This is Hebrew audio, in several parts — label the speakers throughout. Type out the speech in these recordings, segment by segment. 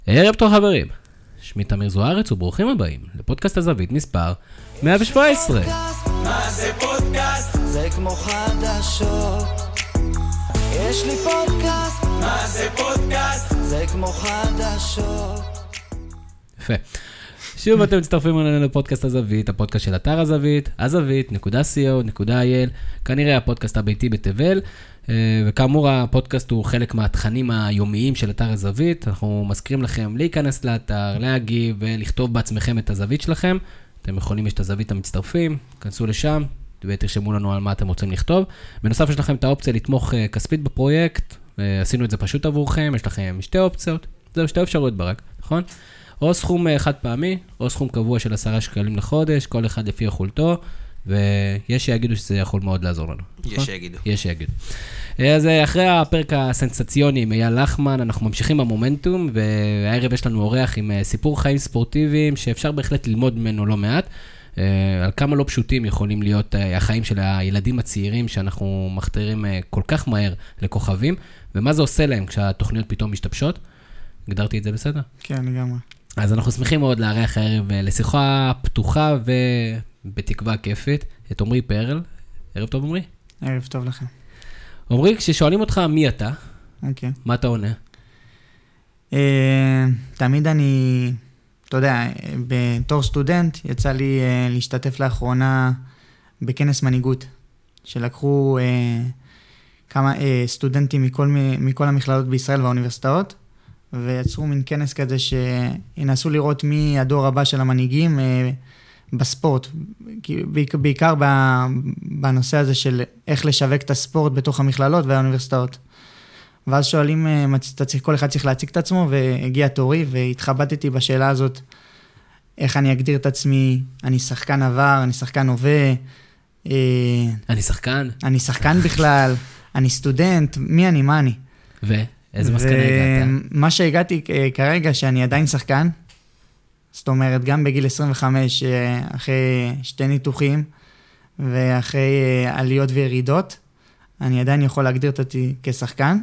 Speaker 1: ערב טוב חברים, שמי תמיר זוארץ וברוכים הבאים לפודקאסט הזווית מספר 117.
Speaker 2: מה זה פודקאסט? זה כמו חדשות. יש לי פודקאסט. מה זה פודקאסט? זה כמו חדשות.
Speaker 1: יפה. שוב אתם מצטרפים אלינו לפודקאסט הזווית, הפודקאסט של אתר הזווית, הזווית.co.il, כנראה הפודקאסט הביתי בתבל, וכאמור הפודקאסט הוא חלק מהתכנים היומיים של אתר הזווית. אנחנו מזכירים לכם להיכנס לאתר, להגיב ולכתוב בעצמכם את הזווית שלכם. אתם יכולים, יש את הזווית המצטרפים, כנסו לשם ותרשמו לנו על מה אתם רוצים לכתוב. בנוסף יש לכם את האופציה לתמוך כספית בפרויקט, עשינו את זה פשוט עבורכם, יש לכם שתי אופציות, זהו, שתי אפשרויות ברק, נכון? או סכום חד פעמי, או סכום קבוע של 10 שקלים לחודש, כל אחד לפי יכולתו, ויש שיגידו שזה יכול מאוד לעזור לנו. יש שיגידו. אז אחרי הפרק הסנסציוני עם אייל לחמן, אנחנו ממשיכים במומנטום, והערב יש לנו אורח עם סיפור חיים ספורטיביים, שאפשר בהחלט ללמוד ממנו לא מעט, על כמה לא פשוטים יכולים להיות החיים של הילדים הצעירים, שאנחנו מכתירים כל כך מהר לכוכבים, ומה זה עושה להם כשהתוכניות פתאום משתבשות. הגדרתי את זה בסדר?
Speaker 3: כן, לגמרי.
Speaker 1: אז אנחנו שמחים מאוד לארח הערב לשיחה פתוחה ובתקווה כיפית את עומרי פרל. ערב טוב עומרי.
Speaker 3: ערב טוב לכם.
Speaker 1: עומרי, כששואלים אותך מי אתה,
Speaker 3: אוקיי.
Speaker 1: מה אתה עונה?
Speaker 3: תמיד אני, אתה יודע, בתור סטודנט יצא לי להשתתף לאחרונה בכנס מנהיגות, שלקחו כמה סטודנטים מכל המכללות בישראל והאוניברסיטאות, ויצרו מין כנס כזה שינסו לראות מי הדור הבא של המנהיגים בספורט, בעיקר בנושא הזה של איך לשווק את הספורט בתוך המכללות והאוניברסיטאות. ואז שואלים, כל אחד צריך להציג את עצמו, והגיע תורי, והתחבטתי בשאלה הזאת, איך אני אגדיר את עצמי, אני שחקן עבר, אני שחקן הווה.
Speaker 1: אני שחקן?
Speaker 3: אני שחקן בכלל, אני סטודנט, מי אני, מה אני?
Speaker 1: איזה מסקנה הגעת?
Speaker 3: מה שהגעתי כרגע, שאני עדיין שחקן, זאת אומרת, גם בגיל 25, אחרי 2 ניתוחים, ואחרי עליות וירידות, אני עדיין יכול להגדיר אותי כשחקן.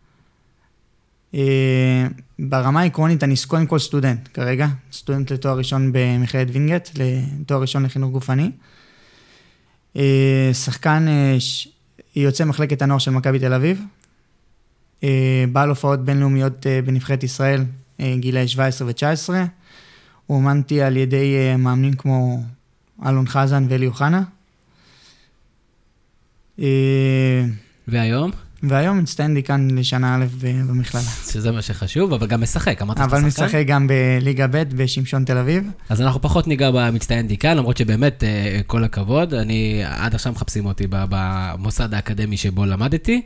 Speaker 3: ברמה העקרונית, אני קודם כל סטודנט כרגע, סטודנט לתואר ראשון במכללת וינגייט, לתואר ראשון לחינוך גופני. שחקן יוצא מחלקת הנוער של מכבי תל אביב, בעל הופעות בינלאומיות בנבחרת ישראל, גילי 17 ו-19. אומנתי על ידי מאמנים כמו אלון חזן ואלי אוחנה.
Speaker 1: והיום?
Speaker 3: והיום מצטיין דיקן לשנה א' במכללה.
Speaker 1: שזה מה שחשוב, אבל גם משחק.
Speaker 3: אבל משחק גם בליגה ב' בשמשון תל אביב.
Speaker 1: אז אנחנו פחות ניגע במצטיין דיקן, למרות שבאמת כל הכבוד. אני עד עכשיו מחפשים אותי במוסד האקדמי שבו למדתי,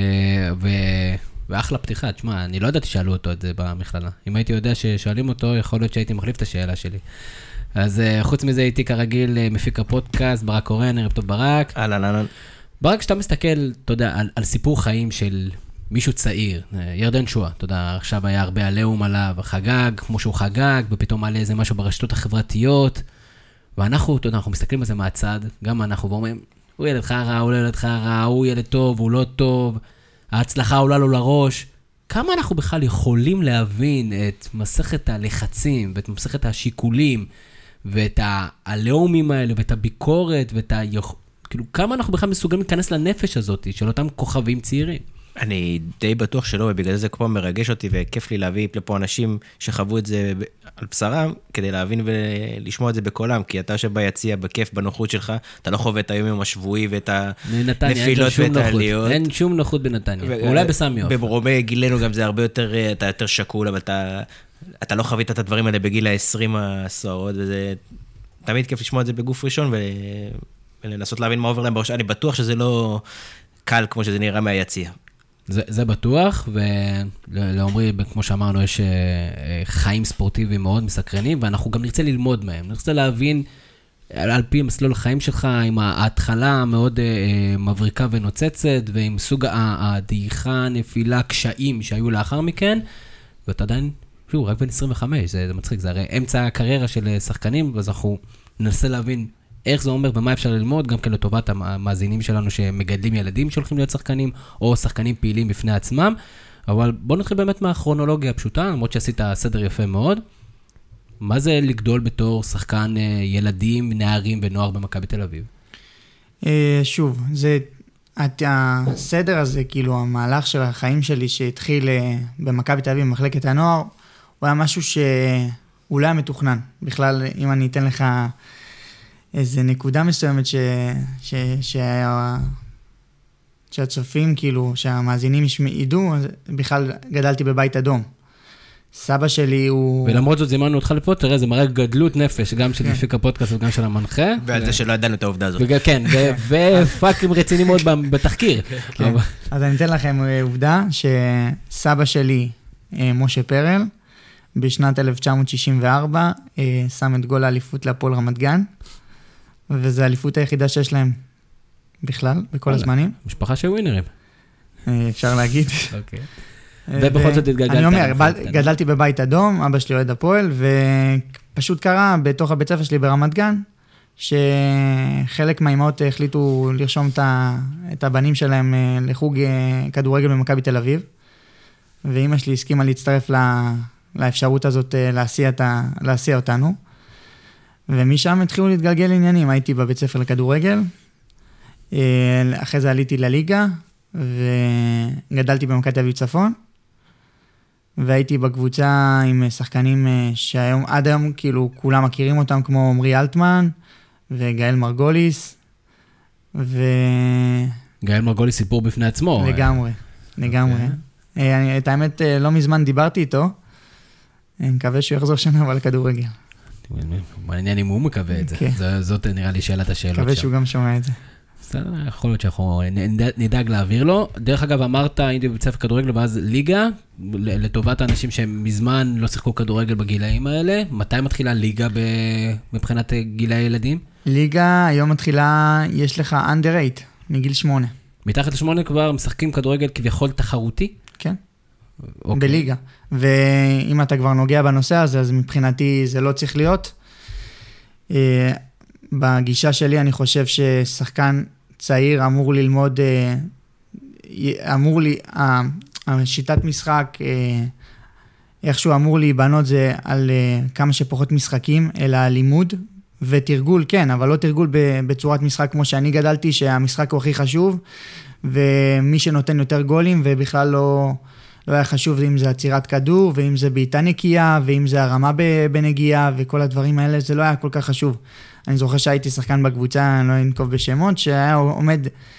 Speaker 1: ואחלה פתיחה, תשמע, אני לא יודעת ששאלו אותו את זה במכללה. אם הייתי יודע ששואלים אותו, יכול להיות שהייתי מחליף את השאלה שלי. אז חוץ מזה הייתי כרגיל מפיק הפודקאסט, ברק קורן, ערב טוב ברק.
Speaker 4: אהלן.
Speaker 1: ברק, כשאתה מסתכל, אתה יודע, על סיפור חיים של מישהו צעיר, ירדן שואה, אתה יודע, עכשיו היה הרבה עליהום עליו, חגג, כמו שהוא חגג, ופתאום עלה איזה משהו ברשתות החברתיות, ואנחנו, אתה יודע, אנחנו מסתכלים על זה מהצד, גם אנחנו, ואומרים, הוא ילד חרא, הוא לא ילד חרא, הוא ילד טוב, הוא לא טוב, ההצלחה עולה לו לראש. כמה אנחנו בכלל יכולים להבין את מסכת הלחצים, ואת מסכת השיקולים, ואת העליהומים האלה, ואת הביקורת, ואת כאילו, כמה אנחנו בכלל מסוגלים להיכנס לנפש הזאת של אותם כוכבים צעירים?
Speaker 4: אני די בטוח שלא, ובגלל זה כבר מרגש אותי, וכיף לי להביא לפה אנשים שחוו את זה על בשרם, כדי להבין ולשמוע את זה בקולם, כי אתה שביציע, בכיף, בנוחות שלך, אתה לא חווה את היום השבועי, ואת הנפילות ואת העליות.
Speaker 1: אין שום נוחות בנתניה, אולי בסמי אוף.
Speaker 4: ברומי גילנו גם זה הרבה יותר, אתה יותר שקול, אבל אתה לא חווית את הדברים האלה בגיל ה-20 הסוערות, וזה תמיד כיף לשמוע את זה בגוף ראשון, ולנסות להבין מה עובר להם בראש. אני בטוח שזה לא קל כמו שזה נראה מהיציע.
Speaker 1: זה בטוח, ולאומרי, כמו שאמרנו, יש חיים ספורטיביים מאוד מסקרנים, ואנחנו גם נרצה ללמוד מהם. נרצה להבין, על פי מסלול החיים שלך, עם ההתחלה המאוד מבריקה ונוצצת, ועם סוג הדעיכה, נפילה, קשיים שהיו לאחר מכן, ואתה עדיין, שוב, רק בין 25, זה מצחיק, זה הרי אמצע הקריירה של שחקנים, ואז אנחנו ננסה להבין איך זה אומר ומה אפשר ללמוד, גם כן לטובת המאזינים שלנו שמגדלים ילדים שהולכים להיות שחקנים, או שחקנים פעילים בפני עצמם. אבל בוא נתחיל באמת מהכרונולוגיה הפשוטה, למרות שעשית סדר יפה מאוד. מה זה לגדול בתור שחקן ילדים, נערים ונוער במכבי תל אביב?
Speaker 3: שוב, זה הסדר הזה, כאילו המהלך של החיים שלי שהתחיל במכבי תל אביב, במחלקת הנוער, הוא היה משהו שהוא לא היה מתוכנן. בכלל, אם אני אתן לך איזה נקודה מסוימת שהצופים, כאילו, שהמאזינים ידעו, בכלל גדלתי בבית אדום. סבא שלי הוא...
Speaker 1: ולמרות זאת זימנו אותך לפה, תראה, זה מראה גדלות נפש, גם של מפיק הפודקאסט וגם של המנחה.
Speaker 4: ועל זה שלא ידענו את העובדה הזאת.
Speaker 1: כן, ופאקים רצינים מאוד בתחקיר.
Speaker 3: אז אני אתן לכם עובדה שסבא שלי, משה פרל, בשנת 1964, שם את גול האליפות להפועל רמת גן, וזו האליפות היחידה שיש להם בכלל, בכל הזמנים.
Speaker 1: משפחה של ווינרים.
Speaker 3: אפשר להגיד.
Speaker 1: אוקיי. ובכל זאת התגלגלת.
Speaker 3: אני אומר, גדלתי בבית אדום, אבא שלי אוהד הפועל, ופשוט קרה בתוך הבית ספר שלי ברמת גן, שחלק מהאימהות החליטו לרשום את הבנים שלהם לחוג כדורגל במכבי תל אביב, ואמא שלי הסכימה להצטרף לאפשרות הזאת להסיע אותנו, ומשם התחילו להתגלגל עניינים. הייתי בבית ספר לכדורגל, אחרי זה עליתי לליגה, וגדלתי במכבי תל אביב צפון, והייתי בקבוצה עם שחקנים שהיום, עד היום, כאילו, כולם מכירים אותם, כמו עמרי אלטמן, וגאל מרגוליס,
Speaker 1: גאל מרגוליס סיפור בפני עצמו.
Speaker 3: לגמרי. את האמת, לא מזמן דיברתי איתו, אני מקווה שהוא יחזור שנה אבל לכדורגל.
Speaker 1: מעניין אם הוא מקווה את זה. זאת נראה לי שאלת השאלות שם.
Speaker 3: מקווה שהוא גם שומע את זה.
Speaker 1: בסדר, יכול להיות שאנחנו נדאג להעביר לו. דרך אגב, אמרת, הייתי בבית ספר כדורגל ואז ליגה, לטובת האנשים שהם מזמן לא שיחקו כדורגל בגילאים האלה. מתי מתחילה ליגה מבחינת גילאי ילדים? ליגה
Speaker 3: היום מתחילה, יש לך under 8, מגיל 8.
Speaker 1: מתחת ל8 כבר משחקים כדורגל כביכול תחרותי?
Speaker 3: כן. בליגה. ואם אתה כבר נוגע בנושא הזה, אז מבחינתי זה לא צריך להיות. בגישה שלי אני חושב ששחקן צעיר אמור ללמוד, השיטת משחק, איכשהו אמור להיבנות זה על כמה שפחות משחקים, אלא לימוד ותרגול, כן, אבל לא תרגול בצורת משחק כמו שאני גדלתי, שהמשחק הוא הכי חשוב, ומי שנותן יותר גולים, ובכלל לא היה חשוב אם זה עצירת כדור, ואם זה בעיטה נקייה, ואם זה הרמה בנגיעה, וכל הדברים האלה, זה לא היה כל כך חשוב. אני זוכר שהייתי שחקן בקבוצה, אני לא אנקוב בשמות, שהיה עומד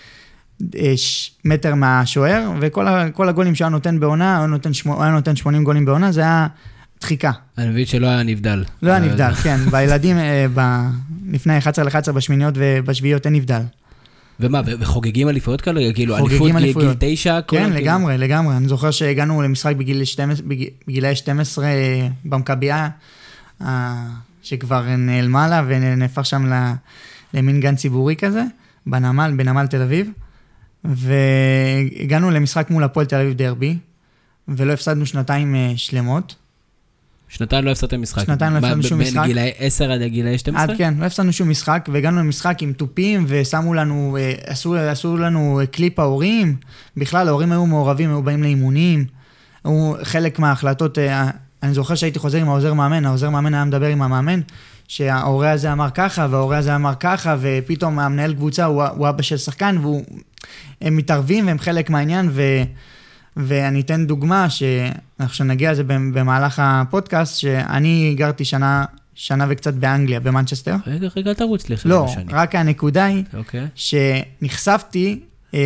Speaker 3: מטר מהשוער, וכל הגולים שהיה נותן בעונה, היה נותן 80 גולים בעונה, זה היה דחיקה.
Speaker 1: אני מבין שלא היה נבדל.
Speaker 3: לא היה נבדל, כן. בילדים, לפני 11 בשמיניות ובשביעיות אין נבדל.
Speaker 1: ומה, וחוגגים אליפויות כאלה? כאילו, אליפות גיל 9?
Speaker 3: כן, לגמרי. אני זוכר שהגענו למשחק בגילי 12 במכבייה, שכבר נעלמה לה ונהפך שם למין גן ציבורי כזה, בנמל תל אביב, והגענו למשחק מול הפועל תל אביב דרבי, ולא הפסדנו שנתיים שלמות.
Speaker 1: שנתיים לא הפסדתם משחק?
Speaker 3: שנתיים לא הפסדנו שום משחק.
Speaker 1: בין גילאי 10 עד גילאי 12?
Speaker 3: כן, לא הפסדנו שום משחק, והגענו למשחק עם טופים, ושמו לנו, עשו לנו קליפ ההורים, בכלל ההורים היו מעורבים, היו באים לאימונים, חלק מההחלטות, אני זוכר שהייתי חוזר עם העוזר מאמן היה מדבר עם המאמן, שההורה הזה אמר ככה, וההורה הזה אמר ככה, ופתאום המנהל קבוצה הוא אבא של שחקן, והם מתערבים והם חלק מהעניין, ואני אתן דוגמה, שנגיע לזה במהלך הפודקאסט, שאני גרתי שנה וקצת באנגליה, במנצ'סטר.
Speaker 1: רגע, תרוץ לי.
Speaker 3: לא, רק הנקודה היא, שנחשפתי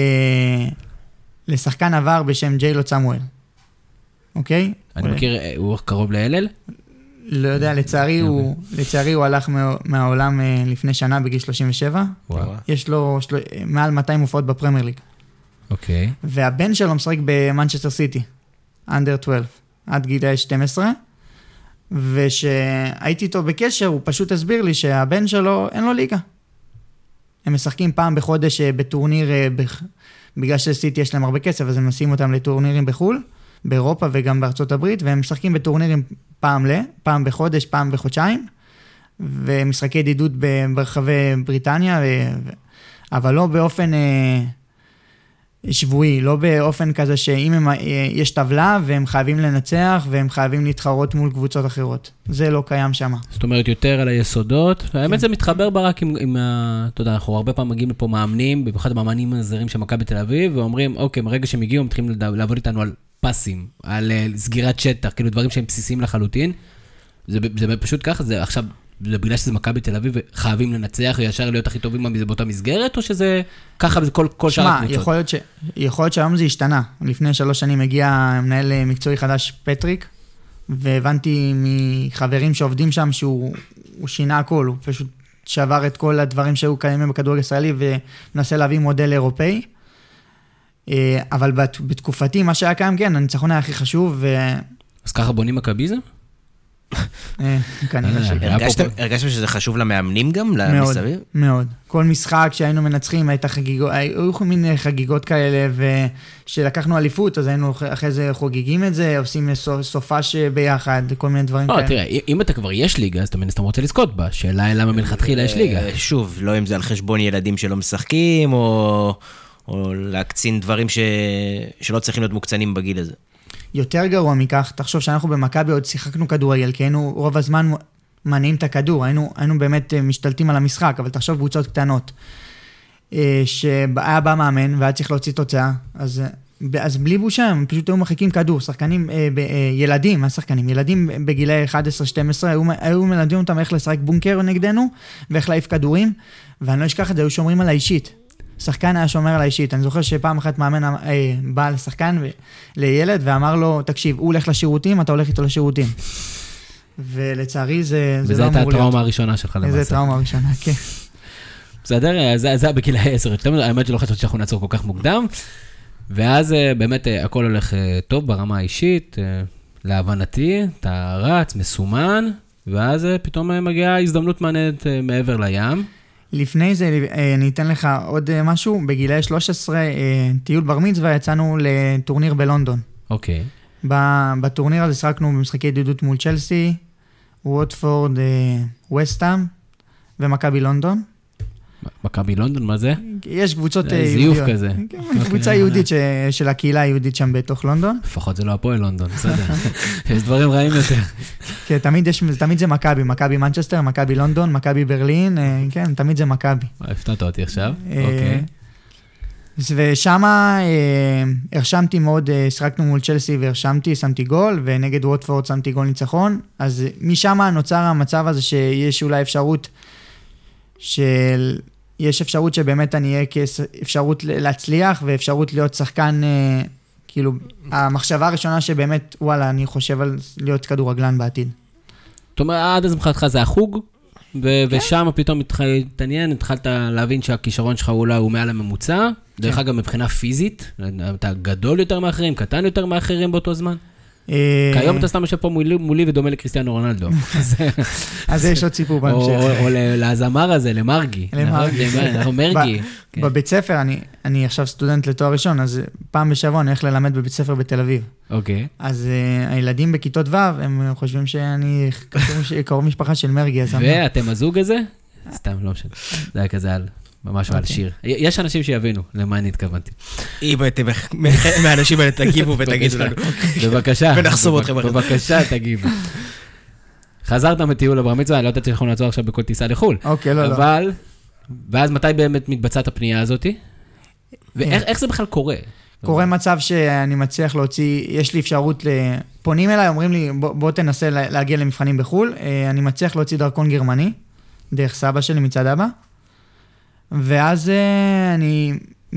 Speaker 3: לשחקן עבר בשם ג'יילו צמואל. אוקיי?
Speaker 1: אני מכיר, הוא קרוב לאלל?
Speaker 3: לא יודע, לצערי הוא הלך מהעולם לפני שנה בגיל 37. יש לו מעל 200 הופעות בפרמייר ליג.
Speaker 1: אוקיי.
Speaker 3: והבן שלו משחק במנצ'סטר סיטי, אנדר 12, עד גיל 12, ושהייתי איתו בקשר, הוא פשוט הסביר לי שהבן שלו אין לו ליגה. הם משחקים פעם בחודש בטורניר, בגלל שסיטי יש להם הרבה כסף, אז הם מסיעים אותם לטורנירים בחול, באירופה וגם בארצות הברית, והם משחקים בטורנירים פעם בחודש, פעם בחודשיים, ומשחקי ידידות ברחבי בריטניה, אבל לא באופן שבועי, לא באופן כזה שאם יש טבלה והם חייבים לנצח והם חייבים להתחרות מול קבוצות אחרות. זה לא קיים שם.
Speaker 1: זאת אומרת, יותר על היסודות. האמת זה מתחבר ברק עם אתה יודע, אנחנו הרבה פעם מגיעים לפה מאמנים, במיוחד המאמנים הזרים של מכבי בתל אביב, ואומרים, אוקיי, מרגע שהם הגיעו, הם מתחילים לעבוד איתנו על פסים, על סגירת שטח, כאילו דברים שהם בסיסיים לחלוטין. זה פשוט ככה, זה עכשיו, זה בגלל שזה מכבי בתל אביב, וחייבים לנצח וישר להיות הכי טובים באותה מסגרת, או שזה ככה כל שאר הקבוצות?
Speaker 3: יכול להיות שהיום זה השתנה. לפני 3 שנים הגיע מנהל מקצועי חדש, פטריק, והבנתי מחברים שעובדים שם שהוא שינה הכל, הוא פשוט שבר את כל הדברים שהיו קיימים בכדורגל ישראלי, ומנסה להביא מודל אירופאי. אבל בתקופתי, מה שהיה קיים, כן, הניצחון היה הכי חשוב.
Speaker 1: אז ככה בונים מכביזם?
Speaker 4: הרגשתם שזה חשוב למאמנים גם, למסביב?
Speaker 3: מאוד. כל משחק שהיינו מנצחים, היו מין חגיגות כאלה, ושלקחנו אליפות, אז היינו אחרי זה חוגגים את זה, עושים סופש ביחד, כל מיני דברים כאלה.
Speaker 1: תראה, אם אתה כבר יש ליגה, אז אתה מנסה רוצה לזכות בה, שאלה למה מלכתחילה יש ליגה.
Speaker 4: שוב, לא אם זה על חשבון ילדים שלא משחקים, או להקצין דברים שלא צריכים להיות מוקצנים בגיל הזה.
Speaker 3: יותר גרוע מכך, תחשוב שאנחנו במכבי עוד שיחקנו כדורגל, כי היינו רוב הזמן מניעים את הכדור, היינו באמת משתלטים על המשחק, אבל תחשוב קבוצות קטנות, שהיה בא מאמן והיה צריך להוציא תוצאה, אז בלי בושה, הם פשוט היו מחכים כדור, שחקנים, ילדים, השחקנים, ילדים בגילי 11-12, היו מלמדים אותם איך לשחק בונקר נגדנו, ואיך להעיף כדורים, ואני לא אשכח את זה, היו שומרים על האישית. שחקן היה שומר על האישית. אני זוכר שפעם אחת מאמן בא לשחקן לילד ואמר לו, תקשיב, הוא הולך לשירותים, אתה הולך איתו לשירותים. ולצערי זה לא אמור להיות.
Speaker 1: וזה הייתה הטראומה הראשונה שלך למעשה.
Speaker 3: זה הטראומה הראשונה, כן.
Speaker 1: בסדר, זה היה בגיל 10. האמת שלא חשבתי שאנחנו נעצור כל כך מוקדם. ואז באמת הכל הולך טוב ברמה האישית, להבנתי, אתה רץ, מסומן, ואז פתאום מגיעה הזדמנות מעניינת מעבר לים.
Speaker 3: לפני זה אני אתן לך עוד משהו, בגילי 13, טיול בר מצווה, יצאנו לטורניר בלונדון.
Speaker 1: אוקיי.
Speaker 3: בטורניר הזה שחקנו במשחקי ידידות מול צ'לסי, ווטפורד, וסטהאם ומכבי לונדון.
Speaker 1: מכבי לונדון, מה זה?
Speaker 3: יש קבוצות יהודיות.
Speaker 1: זיוף כזה.
Speaker 3: קבוצה יהודית של הקהילה היהודית שם בתוך לונדון.
Speaker 1: לפחות זה לא הפועל לונדון, בסדר. יש דברים רעים יותר.
Speaker 3: כן, תמיד זה מכבי, מכבי מנצ'סטר, מכבי לונדון, מכבי ברלין, כן, תמיד זה מכבי.
Speaker 1: הפתעת אותי עכשיו, אוקיי.
Speaker 3: ושם הרשמתי מאוד, שחקנו מול צ'לסי והרשמתי, שמתי גול, ונגד ווטפורד שמתי גול ניצחון, אז משם נוצר המצב הזה שיש אולי יש אפשרות שבאמת אני אהיה כאפשרות להצליח, ואפשרות להיות שחקן, כאילו, המחשבה הראשונה שבאמת, וואלה, אני חושב על להיות כדורגלן בעתיד.
Speaker 1: זאת אומרת, עד אז מבחינתך זה החוג, ושם פתאום התחלת להבין שהכישרון שלך אולי הוא מעל הממוצע, דרך אגב מבחינה פיזית, אתה גדול יותר מאחרים, קטן יותר מאחרים באותו זמן? כי היום אתה סתם יושב פה מולי ודומה לקריסטיאנו רונלדו.
Speaker 3: אז יש עוד סיפור בהמשך.
Speaker 1: או לזמר הזה, למרגי. מרגי.
Speaker 3: בבית ספר, אני עכשיו סטודנט לתואר ראשון, אז פעם בשבוע אני הולך ללמד בבית ספר בתל אביב.
Speaker 1: אוקיי.
Speaker 3: אז הילדים בכיתות ו' הם חושבים שאני קרוב משפחה של מרגי.
Speaker 1: ואתם הזוג הזה? סתם, לא משנה. זה היה כזה על... ממש על שיר. יש אנשים שיבינו למה אני התכוונתי.
Speaker 4: אם אתם מהאנשים האלה תגיבו ותגידו לנו.
Speaker 1: בבקשה.
Speaker 4: ונחסום אתכם.
Speaker 1: בבקשה, תגיבו. חזרת מטיול לבר מצווה, אני לא יודעת שאנחנו נעצור עכשיו בכל טיסה לחול.
Speaker 3: אוקיי, לא.
Speaker 1: אבל, ואז מתי באמת מתבצעת הפנייה הזאת? ואיך זה בכלל קורה?
Speaker 3: קורה מצב שאני מצליח להוציא, יש לי אפשרות, פונים אליי, אומרים לי, בוא תנסה להגיע למבחנים בחול, אני מצליח להוציא דרכון גרמני, דרך סבא שלי מצד אבא, ואז אני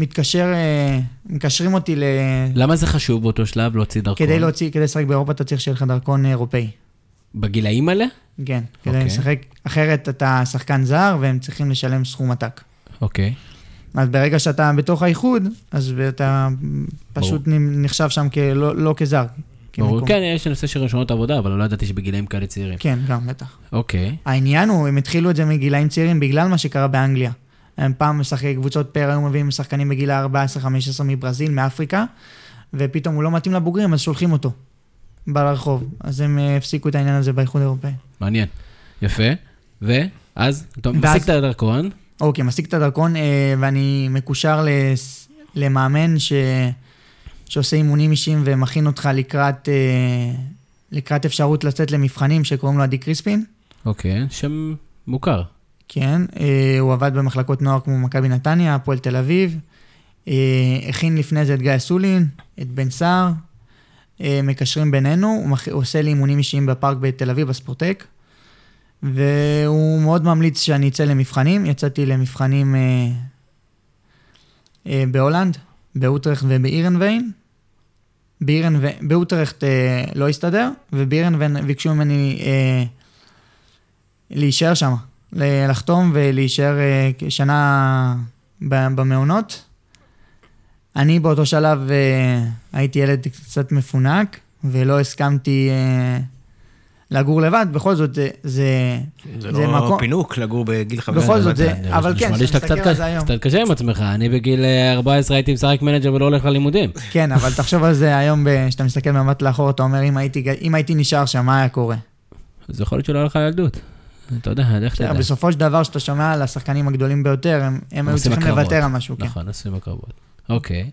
Speaker 3: מקשרים אותי
Speaker 1: למה זה חשוב באותו שלב להוציא דרכון?
Speaker 3: כדי לשחק באירופה אתה צריך שיהיה לך דרכון אירופאי.
Speaker 1: בגילאים האלה?
Speaker 3: כן, כדי לשחק, אחרת אתה שחקן זר והם צריכים לשלם סכום עתק.
Speaker 1: אוקיי.
Speaker 3: אז ברגע שאתה בתוך האיחוד, אז אתה פשוט נחשב שם לא כזר.
Speaker 1: ברור, כן, יש נושא של רשונות עבודה, אבל לא ידעתי שבגילאים כאלה צעירים.
Speaker 3: כן, גם, בטח.
Speaker 1: אוקיי.
Speaker 3: העניין הוא, הם התחילו את זה מגילאים צעירים בגלל מה שקרה באנגליה. הם פעם משחקי קבוצות פר, היו מביאים שחקנים בגילה 14-15 מברזיל, מאפריקה, ופתאום הוא לא מתאים לבוגרים, אז שולחים אותו ברחוב. אז הם הפסיקו את העניין הזה באיחוד האירופאי.
Speaker 1: מעניין. יפה. ואז, אתה משיג את הדרכון.
Speaker 3: אוקיי, משיג את הדרכון, ואני מקושר למאמן שעושה אימונים אישיים ומכין אותך לקראת אפשרות לצאת למבחנים שקוראים לו עדי קריספין.
Speaker 1: אוקיי, שם מוכר.
Speaker 3: כן, הוא עבד במחלקות נוער כמו מכבי נתניה, הפועל תל אביב, הכין לפני זה את גיא סולין, את בן סער, מקשרים בינינו, הוא עושה לי אימונים אישיים בפארק בתל אביב, בספורטק, והוא מאוד ממליץ שאני אצא למבחנים, יצאתי למבחנים בהולנד, באוטרחט ובאירנביין, באוטרחט לא הסתדר, ובאירנביין ביקשו ממני להישאר שם, לחתום ולהישאר שנה במעונות. אני באותו שלב הייתי ילד קצת מפונק, ולא הסכמתי לגור לבד, בכל זאת זה
Speaker 4: לא פינוק לגור בגיל 15.
Speaker 3: בכל זאת זה, אבל כן,
Speaker 1: שמסתכל על זה היום. קצת קשה עם עצמך, אני בגיל 14 הייתי משחק מנג'ר ולא הולך ללימודים.
Speaker 3: כן, אבל תחשוב על זה היום, כשאתה מסתכל במבט לאחור, אתה אומר, אם הייתי נשאר שם, מה היה קורה?
Speaker 1: אז יכול להיות שלא הלך לילדות. אתה יודע, איך אתה יודע.
Speaker 3: בסופו של דבר, שאתה שומע על השחקנים הגדולים ביותר, הם היו צריכים לוותר על משהו.
Speaker 1: נכון, עושים הקרבות. אוקיי.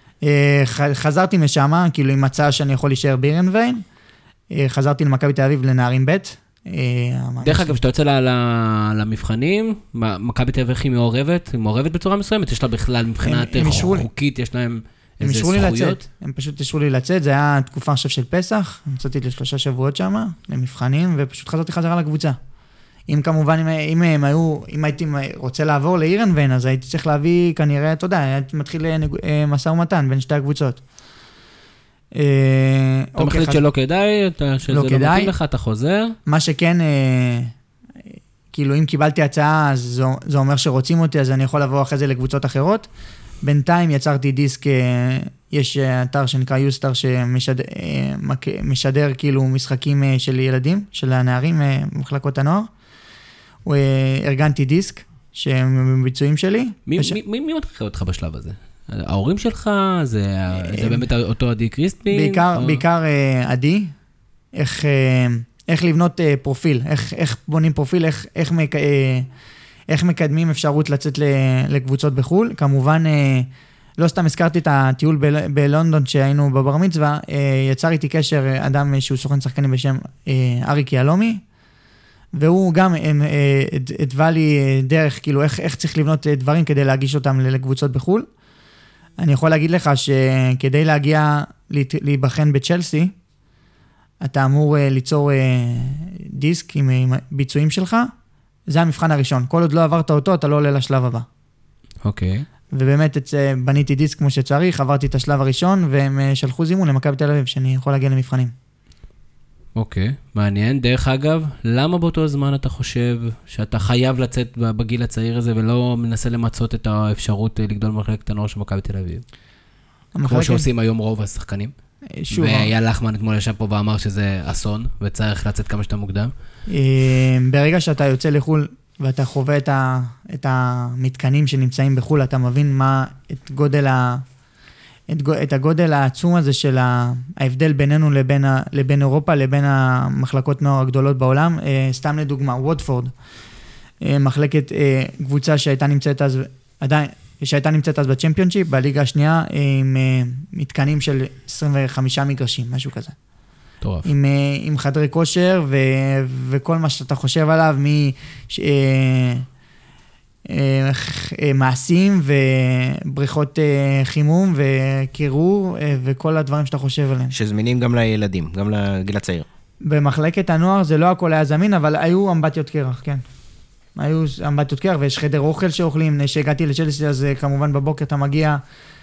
Speaker 3: חזרתי משם, כאילו עם הצעה שאני יכול להישאר באירנביין, חזרתי למכבי תל אביב לנערים ב'.
Speaker 1: דרך אגב, שאתה יוצא למבחנים, מכבי תל אביב היא מעורבת בצורה מסוימת? יש לה בכלל מבחינת חוקית, יש להם איזה זכויות? הם
Speaker 3: פשוט אישרו לי לצאת, זה היה תקופה עכשיו של פסח, יצאתי ל3 שבועות שם, למבחנים, ופשוט חזרתי חזרה לקבוצה. אם כמובן, אם הייתי רוצה לעבור לאירנביין, אז הייתי צריך להביא, כנראה, אתה יודע, הייתי מתחיל משא ומתן בין שתי הקבוצות.
Speaker 1: אתה מחליט שלא כדאי, שזה לא מתאים לך, אתה חוזר.
Speaker 3: מה שכן, כאילו אם קיבלתי הצעה, אז זה אומר שרוצים אותי, אז אני יכול לבוא אחרי זה לקבוצות אחרות. בינתיים יצרתי דיסק, יש אתר שנקרא יוסטר, שמשדר כאילו משחקים של ילדים, של הנערים, מחלקות הנוער. ארגנתי דיסק, שהם ביצועים שלי.
Speaker 1: מי מתחיל אותך בשלב הזה? ההורים שלך? זה באמת אותו עדי קריספין?
Speaker 3: בעיקר עדי. איך לבנות פרופיל, איך בונים פרופיל, איך מקדמים אפשרות לצאת לקבוצות בחול. כמובן, לא סתם הזכרתי את הטיול בלונדון שהיינו בבר מצווה, יצר איתי קשר אדם שהוא סוכן שחקנים בשם אריק יהלומי, והוא גם התווה לי דרך, כאילו איך צריך לבנות דברים כדי להגיש אותם לקבוצות בחול. אני יכול להגיד לך שכדי להיבחן בצ'לסי, אתה אמור ליצור דיסק עם ביצועים שלך, זה המבחן הראשון. כל עוד לא עברת אותו, אתה לא עולה לשלב הבא.
Speaker 1: אוקיי.
Speaker 3: ובאמת בניתי דיסק כמו שצריך, עברתי את השלב הראשון, והם שלחו זימון למכבי תל אביב, שאני יכול להגיע למבחנים.
Speaker 1: אוקיי, מעניין. דרך אגב, למה באותו זמן אתה חושב שאתה חייב לצאת בגיל הצעיר הזה, ולא מנסה למצות את האפשרות לגדול במחלקת הנוער של מכבי תל אביב? כמו שעושים היום רוב השחקנים. ואייל לחמן אתמול ישב פה ואמר שזה אסון, וצריך לצאת כמה שאתה מוקדם.
Speaker 3: ברגע שאתה יוצא לחול, ואתה חווה את המתקנים שנמצאים בחול, אתה מבין את הגודל העצום הזה של ההבדל בינינו לבין אירופה, לבין המחלקות נוער הגדולות בעולם. סתם לדוגמה, ווטפורד, מחלקת קבוצה שהייתה נמצאת אז בצ'מפיונשיפ, בליגה השנייה, עם מתקנים של 25 מגרשים, משהו כזה.
Speaker 1: טוב.
Speaker 3: עם חדרי כושר וכל מה שאתה חושב עליו, מעשים ובריכות חימום וקירור וכל הדברים שאתה חושב עליהם.
Speaker 4: שזמינים גם לילדים, גם לגיל הצעיר.
Speaker 3: במחלקת הנוער זה לא הכל היה זמין, אבל היו אמבטיות קרח, כן. היו אמבטיות קרח ויש חדר אוכל שאוכלים. כשהגעתי לצ'לסי, אז כמובן בבוקר אתה מגיע,